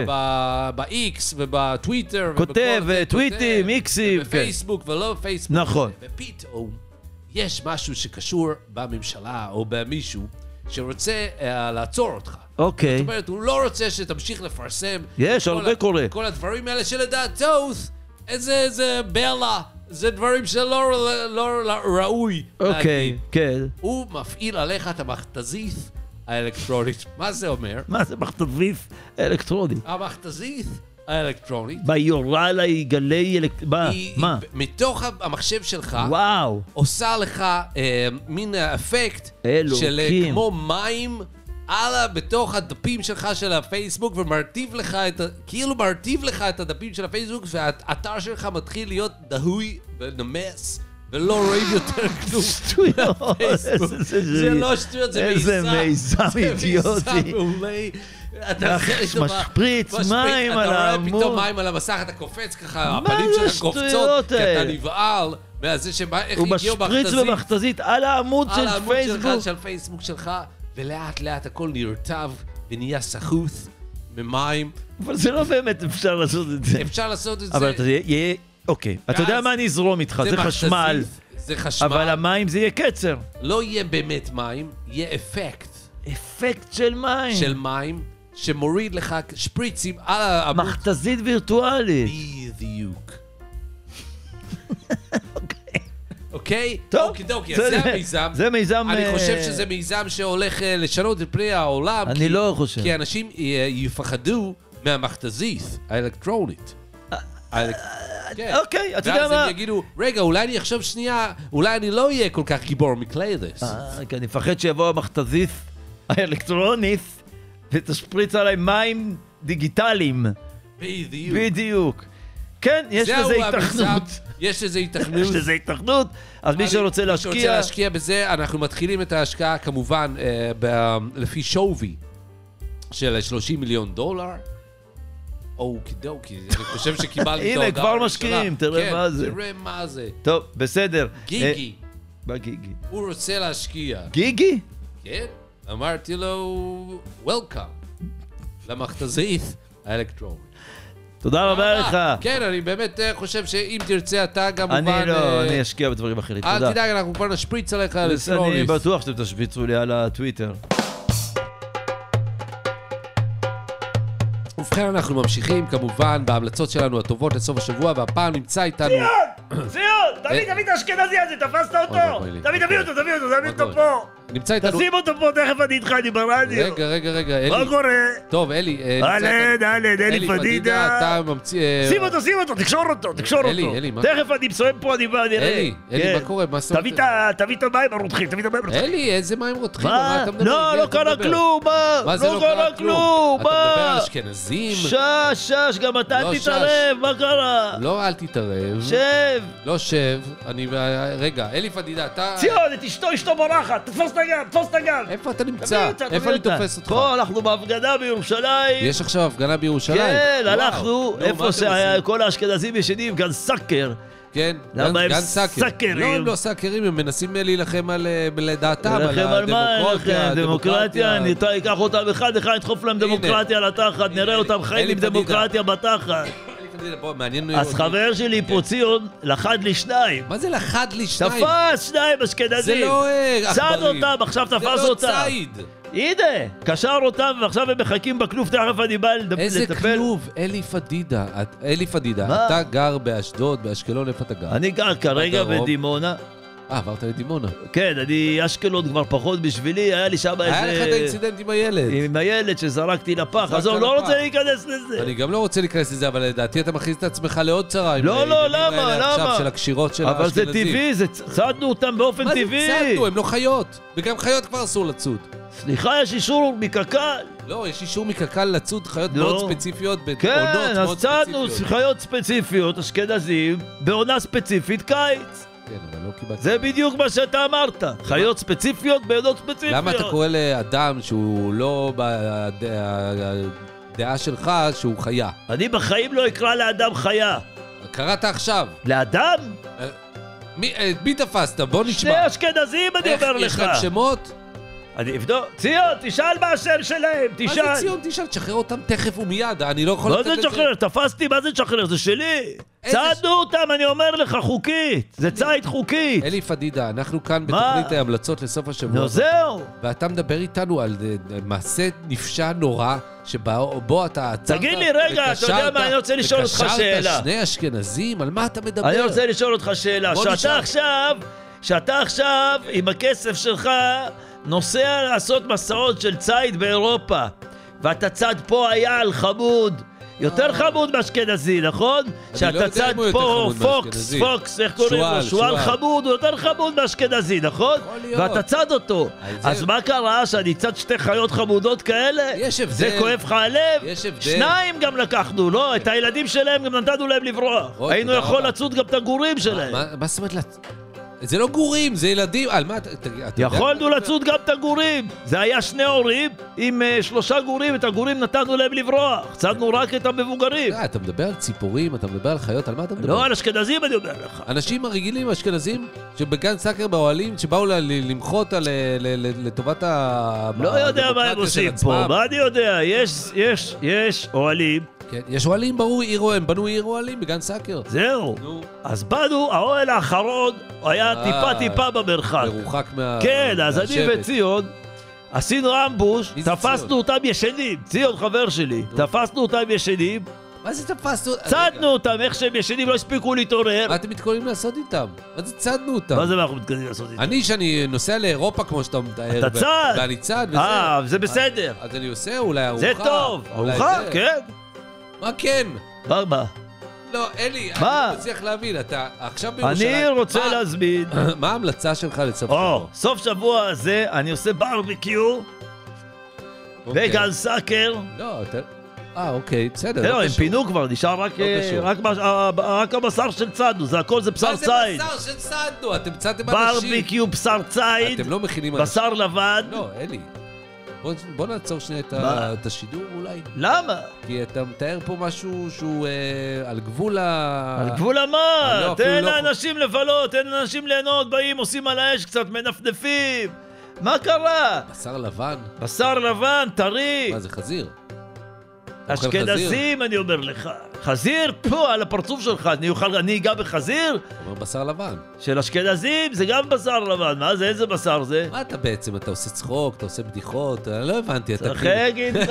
ב-X ובטוויטר, כותב, טוויטים, איקסים, בפייסבוק ולא בפייסבוק. נכון. ופתאום יש משהו שקשור בממשלה או במישהו שרוצה לעצור אותך. אוקיי. זאת אומרת, הוא לא רוצה שתמשיך לפרסם. יש, הרבה קורה. כל הדברים האלה שלדעתו, איזה בלה. זה דברים שלא לא ראוי. אוקיי, כן. הוא מפעיל עליך את המכתזית האלקטרונית. מה זה אומר? מה זה מכתזית אלקטרונית? המכתזית האלקטרונית. ביורה לה גלי אלקטרונית. מה? מתוך המחשב שלך. וואו. עושה לך מין אפקט של כמו מים הלאה בתוך הדפים שלך של הפייסבוק, ומרטיב לך את, כאילו מרטיב לך את הדפים של הפייסבוק, והאתר שלך מתחיל להיות דהוי ונמס, ולא רואים יותר כלום. שטויות. זה לא שטויות, זה מיזם. איזה מיזם אידיוטי. זה מיזם מעולה. אתה משפריץ מים על העמוד. אתה רואה פתאום מים על המסך, אתה קופץ ככה, הפנים שלך קופצות, כי אתה נבעל. הוא משפריץ במכתזית על העמוד של פייסבוק. על העמוד של פייסבוק שלך. ולאט לאט הכל נרטב ונהיה סחוס ממים. אבל זה לא באמת אפשר לעשות את זה. אפשר לעשות את זה. אבל אתה יהיה, אוקיי, אתה יודע מה אני אזרום איתך, זה חשמל. זה חשמל. אבל המים זה יהיה קצר. לא יהיה באמת מים, יהיה אפקט. אפקט של מים. של מים, שמוריד לך שפריצים על העמוד. מכתזית וירטואלית. בדיוק. אוקיי? טוב. אוקיי, אוקיי, זה המיזם. זה מיזם... אני חושב שזה מיזם שהולך לשנות את פני העולם. אני לא חושב. כי אנשים יפחדו מהמכתזית האלקטרונית. אוקיי, אתה יודע מה? ואז הם יגידו, רגע, אולי אני אחשוב שנייה, אולי אני לא אהיה כל כך גיבור מקליידס. כי אני מפחד שיבוא המכתזית האלקטרונית ותשפריץ עליי מים דיגיטליים. בדיוק. בדיוק. כן, יש לזה התכנות. יש לזה התכנות. יש לזה התכנות. אז מי שרוצה להשקיע... מי שרוצה להשקיע בזה, אנחנו מתחילים את ההשקעה כמובן לפי שווי של שלושים מיליון דולר. אוקידוקי, אני חושב שקיבלתי את ההודעה. הנה, כבר משקיעים, תראה מה זה. כן, תראה מה זה. טוב, בסדר. גיגי. מה גיגי? הוא רוצה להשקיע. גיגי? כן, אמרתי לו, וולקאם, למכתזית האלקטרונית. תודה רבה לך. כן, אני באמת חושב שאם תרצה אתה כמובן... אני לא, אני אשקיע בדברים אחרים, תודה. אל תדאג, אנחנו כבר נשפריץ עליך על סלוריס. אני בטוח שאתם תשפיצו לי על הטוויטר. ובכן אנחנו ממשיכים כמובן בהמלצות שלנו הטובות לסוף השבוע, והפעם נמצא איתנו... ציון! ציון! תביא, תביא את האשכנזי הזה, תפסת אותו! תביא, תביא אותו, תביא אותו, תביא אותו פה! נמצא איתנו... תשים אותו פה, תכף אני איתך, אני ברדיו. רגע, רגע, רגע, אלי. מה קורה? טוב, אלי. אהלן, אהלן, אלי פדידה. אתה ממציא... שים אותו, שים אותו, תקשור אותו, תקשור אותו. אלי, אלי, מה? תכף אני מסוים פה, אני בא, נראה. אלי, אלי, מה קורה? מה סוף? תביא את המים הרותחים, תביא את המים הרותחים. אלי, איזה מים רותחים? מה אתה מדבר? לא, לא קרה כלום, מה? מה זה לא קרה כלום? אתה מה? מדבר על אשכנזים? שש, שש, גם אתה אל תתערב, מה קרה? לא, אל תתערב. שב. לא שב, אני... רגע, אלי פדידה, אתה... ציון, את אשתו, אשתו בורחת, תפוס את הגב, תפוס את הגב. איפה אתה נמצא? איפה אני תופס אותך? פה אנחנו בהפגנה בירושלים. יש עכשיו הפגנה בירושלים? כן, הלכנו, איפה שכל האשכנזים ישנים, גן סאקר. כן, גן סאקרים. לא, הם לא סאקרים, הם מנסים להילחם על לדעתם, על הדמוקרטיה. דמוקרטיה, אני אקח אותם אחד, אחד נדחוף להם דמוקרטיה לתחת, נראה אותם חיים עם דמוקרטיה בתחת. אז חבר שלי פה ציון לחד לי שניים. מה זה לחד לי שניים? תפס שניים אשכנזים. זה לא צד אותם, עכשיו תפס אותם. זה לא צייד. הנה, קשר אותם ועכשיו הם מחכים בכלוב, תכף אני בא לטפל. איזה כלוב? אלי פדידה. אלי פדידה, אתה גר באשדוד, באשקלון, איפה אתה גר? אני גר כרגע בדימונה. אה, עברת לדימונה. כן, אני אשקלון כבר פחות בשבילי, היה לי שם איזה... היה לך את האינסידנט עם הילד. עם הילד שזרקתי לפח, אז אני לא רוצה להיכנס לזה. אני גם לא רוצה להיכנס לזה, אבל לדעתי אתה מכניס את עצמך לעוד צרה. לא, לא, למה, למה? של הקשירות של האשכנזים. אבל זה טבעי, צדנו אותם באופן טבעי. מה זה צדנו? הם לא חיות. וגם חיות כבר אסור לצוד. סליחה, יש אישור מקק"ל. לא, יש אישור מקק"ל לצוד חיות מאוד ספציפיות, כן, אז צדנו חיות ספציפיות, אשכנזים, בעונה ספציפית קיץ. כן, אבל לא קיבלתי. זה בדיוק מה שאתה אמרת. חיות ספציפיות בעונות ספציפיות. למה אתה קורא לאדם שהוא לא בדעה שלך שהוא חיה? אני בחיים לא אקרא לאדם חיה. קראת עכשיו. לאדם? מי תפסת? בוא נשמע. שני אשכנזים אני אומר לך. יש להם שמות? אני אבדוק. ציון, תשאל מה השם שלהם, תשאל. מה זה ציון? תשאל, תשחרר אותם תכף ומיד, אני לא יכול לתת את זה. מה זה תשחרר? תפסתי, מה זה תשחרר? זה שלי. צעדנו אותם, אני אומר לך, חוקית. זה צעד חוקית. אלי פדידה, אנחנו כאן בתוכנית ההמלצות לסוף השבוע. נו, זהו. ואתה מדבר איתנו על מעשה נפשע נורא, שבו אתה עצרת... תגיד לי, רגע, אתה יודע מה, אני רוצה לשאול אותך שאלה. וקשרת שני אשכנזים, על מה אתה מדבר? אני רוצה לשאול אותך שאלה. שאתה עכשיו, שאתה עכשיו, עם הכסף שלך, נוסע לעשות מסעות של צייד באירופה, ואתה צד פה אייל חמוד, יותר חמוד מאשכנזי, נכון? שאתה צד פה פוקס, פוקס, איך קוראים לו? שואל חמוד, הוא יותר חמוד מאשכנזי, נכון? ואתה צד אותו. אז מה קרה שאני צד שתי חיות חמודות כאלה? יש הבדל. זה כואב לך הלב? יש הבדל. שניים גם לקחנו, לא? את הילדים שלהם גם נתנו להם לברוח. היינו יכול לצוד גם את הגורים שלהם. מה זאת אומרת לצוד? זה לא גורים, זה ילדים, על מה אתה... יכולנו לצוד גם את הגורים. זה היה שני הורים עם שלושה גורים, את הגורים נתנו להם לברוח. צדנו רק את המבוגרים. אתה מדבר על ציפורים, אתה מדבר על חיות, על מה אתה מדבר? לא, על אשכנזים אני אומר לך. אנשים הרגילים, אשכנזים, שבגן סאקר באוהלים, שבאו למחות לטובת ה... לא יודע מה הם עושים פה, מה אני יודע? יש אוהלים. כן, יש אוהלים, ברור, הם בנו עיר אוהלים בגן סאקר. זהו. אז באנו, האוהל האחרון היה טיפה טיפה במרחק. מרוחק מה... כן, אז אני וציון עשינו אמבוש, תפסנו אותם ישנים. ציון חבר שלי, תפסנו אותם ישנים. מה זה תפסנו? צדנו אותם, איך שהם ישנים לא הספיקו להתעורר. מה אתם מתכוננים לעשות איתם? מה זה צדנו אותם? מה זה מה אנחנו מתכוננים לעשות איתם? אני, שאני נוסע לאירופה כמו שאתה מתאר. אתה צד. ואני צד וזה. אה, זה בסדר. אז אני עושה אולי ארוחה. זה טוב. ארוחה, כן. מה כן? מה, מה? לא, אלי, אני לא מצליח להבין, אתה עכשיו בירושלים... אני רוצה להזמין... מה ההמלצה שלך לסוף שבוע? או, סוף שבוע הזה אני עושה ברביקיו בגן סאקר. לא, אתה... אה, אוקיי, בסדר. לא, הם פינו כבר, נשאר רק הבשר של צדנו, זה הכל זה בשר ציד. מה זה בשר של צדנו? אתם צדתם אנשים. ברביקיו בשר ציד, אתם לא מכינים אנשים. בשר לבן. לא, אלי. בוא, בוא נעצור שנייה את, ה, את השידור אולי. למה? כי אתה מתאר פה משהו שהוא אה, על גבול ה... על גבול המה? לא, תן לא... לאנשים לבלות, תן לאנשים ליהנות, באים, עושים על האש קצת, מנפנפים. מה קרה? בשר לבן? בשר לבן, טרי. מה זה, חזיר? אשכנזים, אני אומר לך. חזיר? פה, על הפרצוף שלך. אני אוכל, אני אגע בחזיר? אומר בשר לבן. של אשכנזים, זה גם בשר לבן. מה זה? איזה בשר זה? מה אתה בעצם? אתה עושה צחוק, אתה עושה בדיחות? אני לא הבנתי. צחק איתך,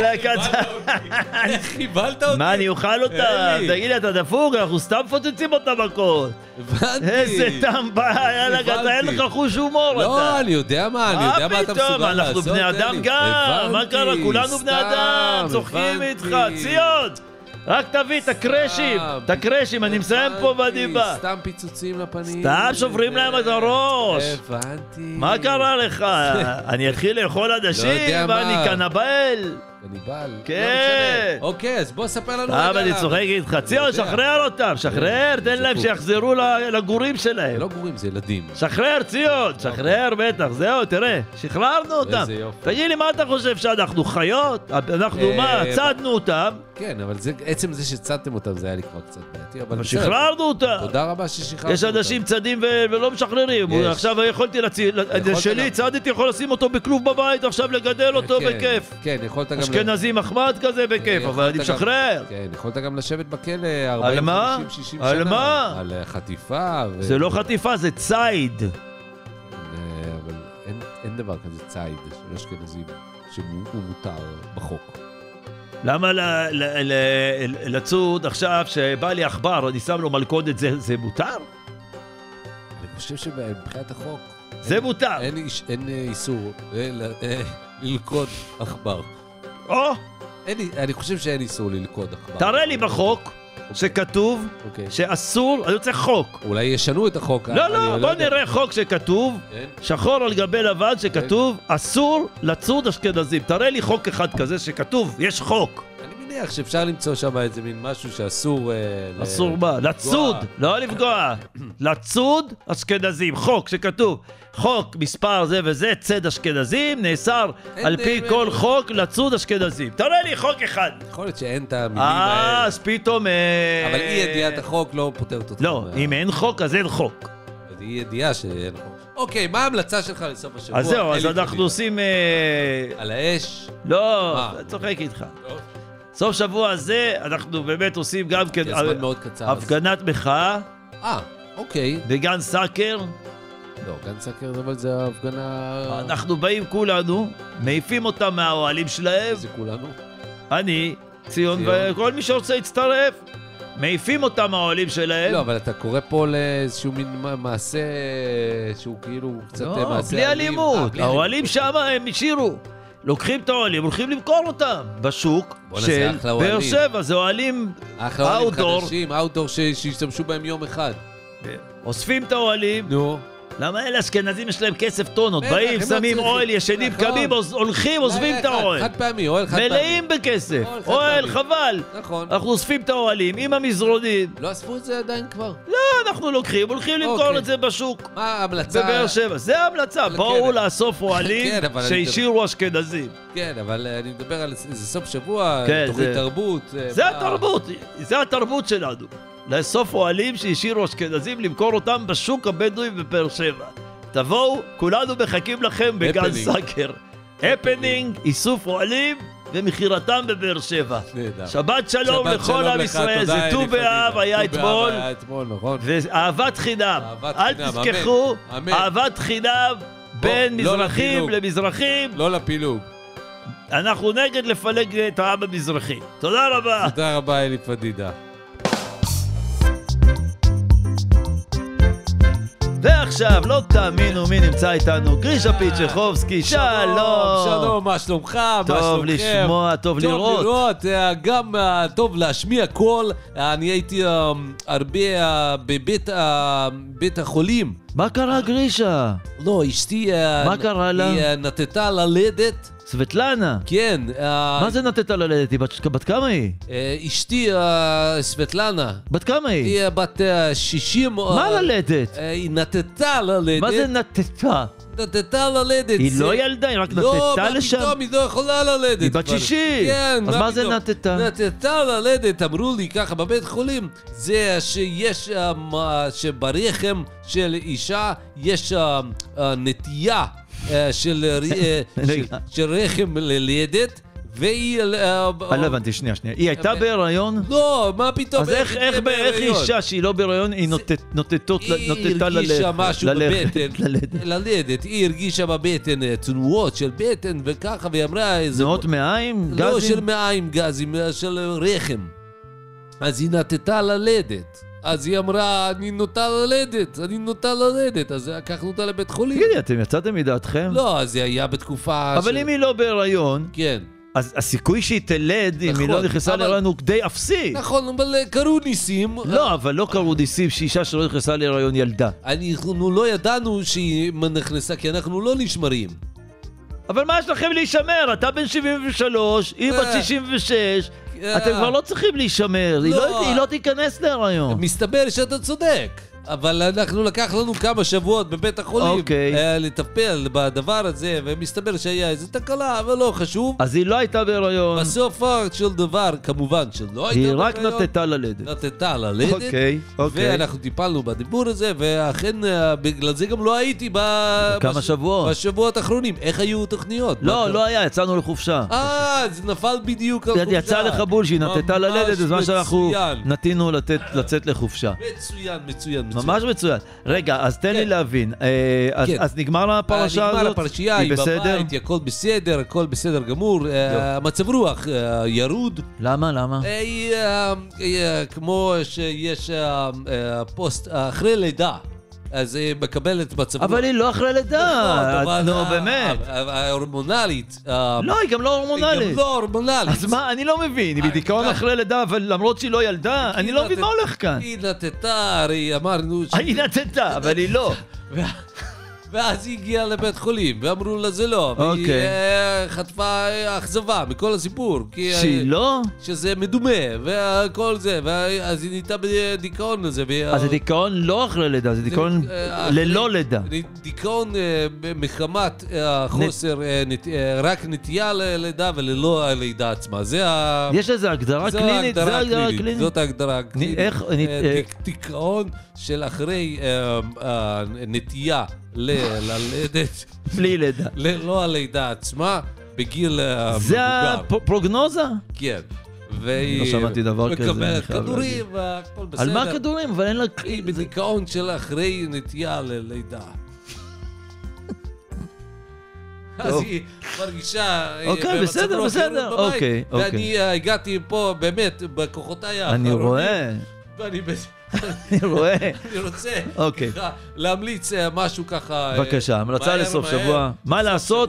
חיבלת אותי. מה, אני אוכל אותה? תגיד לי, אתה דפוק? אנחנו סתם פוצצים אותה בקוד. הבנתי. איזה טעם בעיה, אתה אין לך חוש הומור. לא, אני יודע מה, אני יודע מה אתה מסוגל לעשות. אנחנו בני אדם גם. מה קרה? כולנו בני אדם. צוחקים איתך. ציון! רק תביא את הקרשים, את הקרשים, אני מסיים פה בדיבה. סתם פיצוצים לפנים. סתם שוברים להם את הראש. הבנתי. מה קרה לך? אני אתחיל לאכול אנשים ואני קנבל. קניבל? כן. אוקיי, אז בוא ספר לנו. אבל אני צוחק איתך. ציון, שחרר אותם, שחרר, תן להם שיחזרו לגורים שלהם. לא גורים, זה ילדים. שחרר, ציון, שחרר בטח, זהו, תראה, שחררנו אותם. איזה יופי. תגיד לי, מה אתה חושב, שאנחנו חיות? אנחנו מה, צדנו אותם? כן, אבל עצם זה שצדתם אותם, זה היה לי כבר קצת בעייתי, אבל בסדר. שחררנו אותם. תודה רבה ששחררנו אותם. יש אנשים צדים ולא משחררים. עכשיו יכולתי להציל, שלי צדתי, יכול לשים אותו בכלוב בבית, עכשיו לגדל אותו בכיף. כן, יכולת גם... אשכנזי מחמד כזה בכיף, אבל אני משחרר. כן, יכולת גם לשבת בכלא ארבעים, חמישים, שישים שנה. על מה? על חטיפה. זה לא חטיפה, זה ציד. אבל אין דבר כזה ציד של אשכנזים שהוא מותר בחוק. למה לצוד עכשיו שבא לי עכבר, אני שם לו מלכודת, זה מותר? אני חושב שבבחינת החוק... זה מותר. אין איסור ללכוד עכבר. או? אני חושב שאין איסור ללכוד עכבר. תראה לי בחוק שכתוב שאסור, אני רוצה חוק. אולי ישנו את החוק. לא, לא, בוא נראה חוק שכתוב, שחור על גבי לבן שכתוב, אסור לצוד אשכנזים. תראה לי חוק אחד כזה שכתוב, יש חוק. אני מניח שאפשר למצוא שם איזה מין משהו שאסור... אסור מה? לצוד, לא לפגוע. לצוד אשכנזים, חוק שכתוב. חוק מספר זה וזה, צד אשכנזים, נאסר על פי כל חוק לצוד אשכנזים. תראה לי חוק אחד. יכול להיות שאין את המילים האלה. אה, אז פתאום... אבל אי ידיעת החוק לא פותרת אותך. לא, אם אין חוק, אז אין חוק. אז אי ידיעה שאין חוק. אוקיי, מה ההמלצה שלך לסוף השבוע? אז זהו, אז אנחנו עושים... על האש? לא, צוחק איתך. סוף שבוע הזה, אנחנו באמת עושים גם כן... זמן מאוד קצר. הפגנת מחאה. אה, אוקיי. בגן סאקר. לא, גן סאקר, אבל זה ההפגנה... אנחנו באים כולנו, מעיפים אותם מהאוהלים שלהם. זה כולנו? אני, ציון, וכל מי שרוצה להצטרף. מעיפים אותם מהאוהלים שלהם. לא, אבל אתה קורא פה לאיזשהו מין מעשה שהוא כאילו קצת מעשה... לא, בלי אלימות. האוהלים שם הם השאירו. לוקחים את האוהלים, הולכים למכור אותם בשוק של באר שבע. זה אוהלים אחלה אוהלים חדשים, אאוטדור שישתמשו בהם יום אחד. אוספים את האוהלים. נו. למה אלה אשכנזים יש להם כסף טונות? באים, שמים אוהל, ישנים, קמים, הולכים, עוזבים את האוהל. חד פעמי, אוהל חד פעמי. מלאים בכסף. אוהל, חבל. נכון. אנחנו אוספים את האוהלים עם המזרונים. לא אספו את זה עדיין כבר? לא, אנחנו לוקחים, הולכים למכור את זה בשוק. מה ההמלצה? בבאר שבע. זה ההמלצה. בואו לאסוף אוהלים שהשאירו אשכנזים. כן, אבל אני מדבר על איזה סוף שבוע, תוכנית תרבות. זה התרבות, זה התרבות שלנו. לאסוף אוהלים שהשאירו אשכנזים, למכור אותם בשוק הבדואי בבאר שבע. תבואו, כולנו מחכים לכם בגן סאקר. הפנינג, איסוף אוהלים ומכירתם בבאר שבע. שבת שלום לכל עם ישראל, זה ט"ו באב היה אתמול. ואהבת חינם. אל תשכחו, אהבת חינם בין מזרחים למזרחים. לא לפילוג. אנחנו נגד לפלג את העם המזרחי. תודה רבה. תודה רבה, אלי פדידה. ועכשיו, לא תאמינו מי נמצא איתנו, גרישה פיצ'חובסקי, שלום. שלום, מה שלומך? טוב לשמוע, טוב לראות. טוב לראות, גם טוב להשמיע קול. אני הייתי הרבה בבית החולים. מה קרה, גרישה? לא, אשתי... מה קרה לה? היא נתתה ללדת. סבטלנה? כן. מה זה נתתה ללדת? היא בת כמה היא? אשתי סבטלנה. בת כמה היא? היא בת שישים... מה ללדת? היא נתתה ללדת. מה זה נתתה? נתתה ללדת. היא לא ילדה, היא רק נתתה לשם. לא, מה פתאום, היא לא יכולה ללדת. היא בת שישי. כן, אז מה זה נתתה? נתתה ללדת, אמרו לי ככה בבית חולים, זה שיש, שברחם של אישה יש נטייה של רחם ללדת, והיא... אני לא הבנתי, שנייה, שנייה. היא הייתה בהיריון? לא, מה פתאום? אז איך אישה שהיא לא בהיריון, היא נותתה ללדת? היא הרגישה משהו בבטן, ללדת. היא הרגישה בבטן תנועות של בטן וככה, והיא אמרה... תנועות מעיים? גזים? לא, של מעיים, גזים, של רחם. אז היא נתתה ללדת. אז היא אמרה, אני נוטה ללדת, אני נוטה ללדת, אז לקחנו אותה לבית חולים. תגידי, אתם יצאתם מדעתכם? לא, אז זה היה בתקופה... אבל אם היא לא בהיריון... כן. אז הסיכוי שהיא תלד, אם היא לא נכנסה להיריון, הוא די אפסי. נכון, אבל קרו ניסים. לא, אבל לא קרו ניסים שאישה שלא נכנסה להיריון ילדה. אנחנו לא ידענו שהיא נכנסה, כי אנחנו לא נשמרים. אבל מה יש לכם להישמר? אתה בן שבעים ושלוש, היא בת שישים ושש, אתם כבר לא צריכים להישמר, היא לא תיכנס להיריון. מסתבר שאתה צודק. אבל אנחנו לקח לנו כמה שבועות בבית החולים okay. לטפל בדבר הזה, ומסתבר שהיה איזו תקלה, אבל לא חשוב. אז היא לא הייתה בהיריון. בסוף של דבר, כמובן שלא הייתה בהיריון. היא רק נתתה ללדת. נתתה ללדת. אוקיי, okay, אוקיי. Okay. ואנחנו טיפלנו בדיבור הזה, ואכן בגלל זה גם לא הייתי ב... כמה בש... שבועות. בשבועות האחרונים. איך היו תוכניות? לא, לא היה, יצאנו לחופשה. אה, זה נפל בדיוק על חופשה. יצא לך בול שהיא נתתה ללדת, בזמן שאנחנו נתינו לצאת לחופשה. מצוין, מצוין. ממש מצוין. רגע, אז תן לי להבין. אז נגמר הפרשה הזאת? נגמר הפרשייה, היא בבית, הכל בסדר, הכל בסדר גמור. מצב רוח ירוד. למה? למה? כמו שיש פוסט אחרי לידה. אז היא מקבלת מצב רוח. אבל היא לא אחרי לידה. נו, באמת. ההורמונלית. לא, היא גם לא הורמונלית. היא גם לא הורמונלית. אז מה? אני לא מבין. היא בדיכאון אחרי לידה, אבל למרות שהיא לא ילדה, אני לא מבין מה הולך כאן. היא נתתה, הרי אמרנו... היא נתתה, אבל היא לא. ואז היא הגיעה לבית חולים, ואמרו לה זה לא, והיא חטפה אכזבה מכל הסיפור. שהיא לא? שזה מדומה, וכל זה, ואז היא נהייתה בדיכאון הזה. אז זה דיכאון לא אחרי לידה, זה דיכאון ללא לידה. דיכאון מחמת חוסר, רק נטייה ללידה וללא הלידה עצמה. יש איזו הגדרה קלינית? זו הגדרה קלינית. זאת ההגדרה קלינית. איך? דיכאון של אחרי נטייה ללדת. בלי לידה. לא הלידה עצמה, בגיל מבוגר. זה הפרוגנוזה? כן. לא שמעתי דבר כזה. מקבלת כדורים והכל בסדר. על מה כדורים? אבל אין לה... היא בדיכאון של אחרי נטייה ללידה. אז היא מרגישה... אוקיי, בסדר, בסדר. אוקיי, אוקיי. ואני הגעתי פה באמת בכוחותיי האחרונים. אני רואה. ואני... אני רואה. אני רוצה אוקיי. להמליץ משהו ככה... בבקשה, המלצה לסוף שבוע. מה לעשות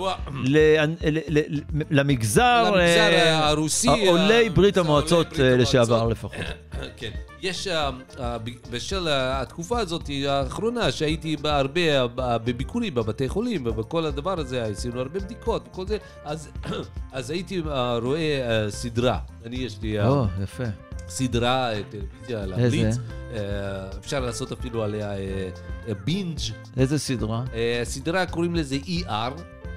למגזר הרוסי, עולי ברית המועצות לשעבר לפחות. כן. יש, בשל התקופה הזאת האחרונה שהייתי הרבה בביקורים בבתי חולים ובכל הדבר הזה, עשינו הרבה בדיקות וכל זה, אז הייתי רואה סדרה. אני יש לי... או, יפה. סדרה, טלוויזיה, להמליץ. אפשר לעשות אפילו עליה בינג'. איזה סדרה? סדרה קוראים לזה אי אר.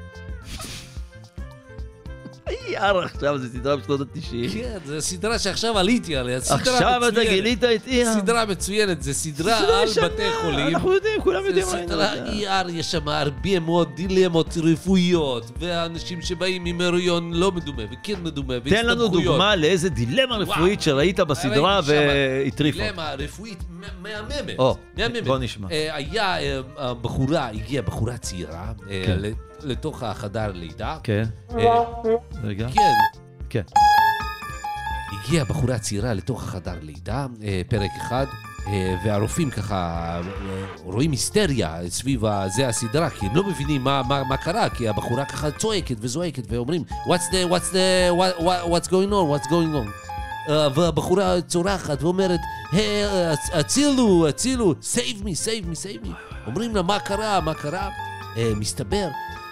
אי אר עכשיו, זה סדרה בשנות ה-תשעים. כן, זו סדרה שעכשיו עליתי עליה. עכשיו אתה גילית את אי אר. סדרה מצוינת, זו סדרה על בתי חולים. אנחנו יודעים, כולם יודעים. זו סדרה אי אר, יש שם הרבה מאוד דילמות רפואיות, ואנשים שבאים עם הריון לא מדומה, וכן מדומה, תן לנו דוגמה לאיזה דילמה רפואית שראית בסדרה והטריפה. דילמה רפואית מהממת. בוא נשמע. היה בחורה, הגיעה בחורה צעירה, לתוך החדר לידה. כן. רגע. כן. כן. הגיעה בחורה צעירה לתוך החדר לידה, פרק אחד, והרופאים ככה רואים היסטריה סביב זה הסדרה, כי הם לא מבינים מה, מה, מה קרה, כי הבחורה ככה צועקת וזועקת, ואומרים, what's the, what's the, what, what, what's going on, what's going on. Uh, והבחורה צורחת ואומרת, hey, הצילו, הצילו, save me, save me, save me. אומרים לה, מה קרה, מה קרה? Uh, מסתבר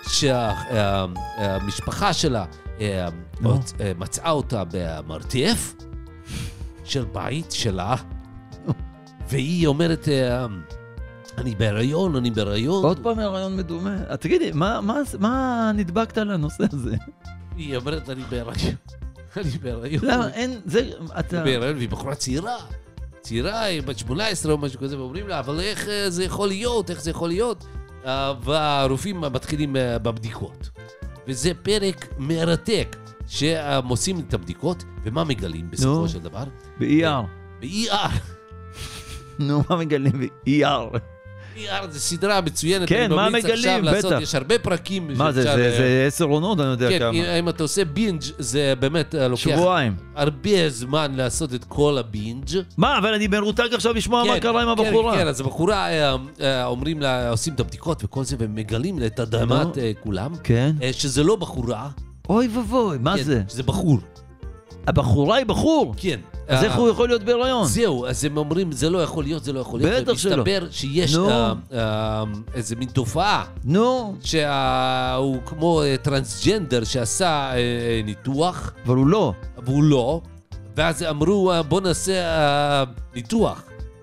שהמשפחה שלה מצאה אותה במרתף של בית שלה, והיא אומרת, אני בהיריון, אני בהיריון. עוד פעם בהיריון מדומה. תגידי, מה נדבקת על הנושא הזה? היא אומרת, אני בהיריון. אני בהיריון. למה? אין, זה, אתה... בהיריון, והיא בחורה צעירה. צעירה, היא בת שמונה עשרה או משהו כזה, ואומרים לה, אבל איך זה יכול להיות? איך זה יכול להיות? והרופאים מתחילים בבדיקות. וזה פרק מרתק, שהם עושים את הבדיקות, ומה מגלים בסופו של דבר? ב-אי אר. ב-אי אר. נו, מה מגלים ב-אי אר? אי אר זה סדרה מצוינת. כן, מה מגלים? בטח. יש הרבה פרקים. מה זה? זה עשר עונות, אני יודע כמה. כן, אם אתה עושה בינג' זה באמת לוקח... שבועיים. הרבה זמן לעשות את כל הבינג'. מה, אבל אני מרותק עכשיו לשמוע מה קרה עם הבחורה. כן, כן, אז הבחורה אומרים לה, עושים את הבדיקות וכל זה, ומגלים לתדהמת כולם, שזה לא בחורה. אוי ובוי, מה זה? שזה בחור. הבחורה היא בחור? כן. אז איך הוא יכול להיות בהיריון? זהו, אז הם אומרים, זה לא יכול להיות, זה לא יכול להיות. בטח שלא. ומסתבר שיש איזה מין תופעה. נו. שהוא כמו טרנסג'נדר שעשה ניתוח. אבל הוא לא. והוא לא. ואז אמרו, בוא נעשה ניתוח.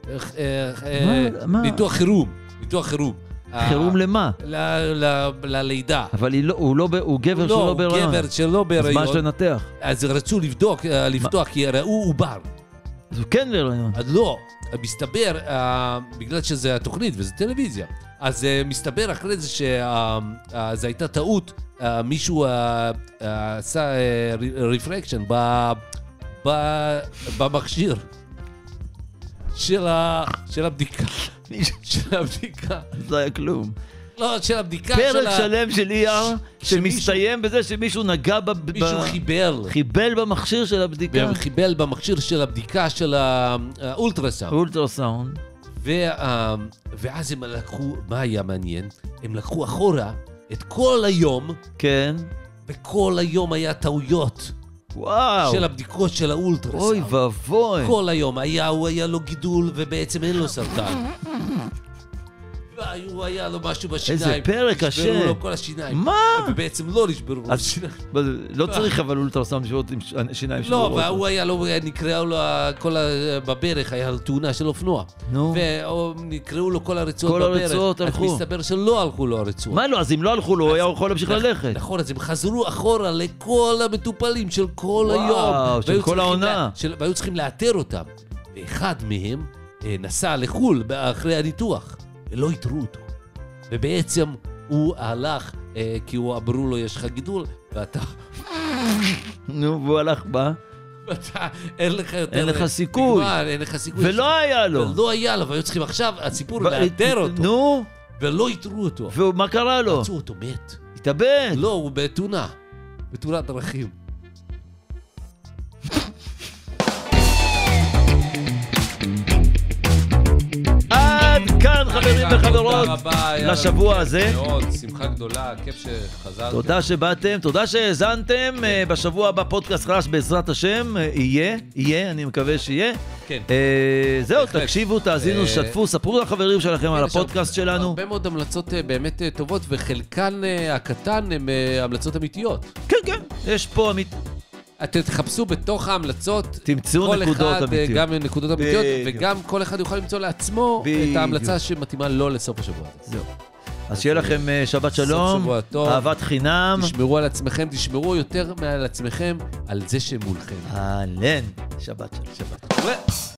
ניתוח חירום. ניתוח חירום. חירום למה? ללידה. אבל הוא גבר שלא בהיריון. לא, גבר שלא בהיריון. אז מה יש לנתח? אז רצו לבדוק, לפתוח, כי ראו עובר. אז הוא כן בהיריון. אז לא, מסתבר, בגלל שזה התוכנית וזה טלוויזיה, אז מסתבר אחרי זה שזו הייתה טעות, מישהו עשה רפרקשן במכשיר של הבדיקה. של הבדיקה. זה היה כלום. לא, של הבדיקה של ה... פרק שלם של אי אר שמסתיים בזה שמישהו נגע ב... מישהו חיבל. חיבל במכשיר של הבדיקה. חיבל במכשיר של הבדיקה של האולטרסאונד. אולטרסאונד. ואז הם לקחו, מה היה מעניין? הם לקחו אחורה את כל היום. כן. וכל היום היה טעויות. וואו. של הבדיקות של האולטרסאונד. אוי ובוי. כל היום היה, הוא היה לו גידול ובעצם אין לו סרטן. הוא היה לו משהו בשיניים. איזה פרק קשה. נשברו לו כל השיניים. מה? ובעצם לא נשברו לו השיניים. לא צריך אבל אולטרסאונד לשבות עם שיניים שברות. לא, והוא היה לו, נקראו לו, כל בברך, היה לו תאונה של אופנוע. נו. ונקראו לו כל הרצועות בברך. כל הרצועות הלכו. אז מסתבר שלא הלכו לו הרצועות. מה לא? אז אם לא הלכו לו, הוא היה יכול להמשיך ללכת. נכון, אז הם חזרו אחורה לכל המטופלים של כל היום. וואו, של כל העונה. והיו צריכים לאתר אותם. ואחד מהם נסע לחול אחרי הניתוח. ולא יתרו אותו. ובעצם הוא הלך, אה, כי הוא אמרו לו, יש לך גידול, ואתה... נו, והוא הלך בה. ואתה, אין לך יותר... אין לך סיכוי. נגמר, אין לך סיכוי. ולא היה לו. ולא היה לו, והיו צריכים עכשיו, הסיפור לאתר אותו. נו. ולא יתרו אותו. ומה קרה לו? מצאו אותו מת. התאבד. לא, הוא בתאונה. בתאונת דרכים. כאן חברים וחברות לשבוע הזה. מאוד, שמחה גדולה, כיף שחזרתם. תודה שבאתם, תודה שהאזנתם. בשבוע הבא פודקאסט חדש בעזרת השם, יהיה, יהיה, אני מקווה שיהיה. כן. זהו, תקשיבו, תאזינו, שתפו, ספרו לחברים שלכם על הפודקאסט שלנו. הרבה מאוד המלצות באמת טובות, וחלקן הקטן הן המלצות אמיתיות. כן, כן, יש פה אמיתיות. אתם תחפשו בתוך ההמלצות, תמצאו נקודות אמיתיות. גם נקודות אמיתיות, וגם כל אחד יוכל למצוא לעצמו את ההמלצה שמתאימה לו לסוף השבוע. זהו. אז שיהיה לכם שבת שלום, אהבת חינם. תשמרו על עצמכם, תשמרו יותר מעל עצמכם, על זה שמולכם. אהלן, שבת שלום. שבת.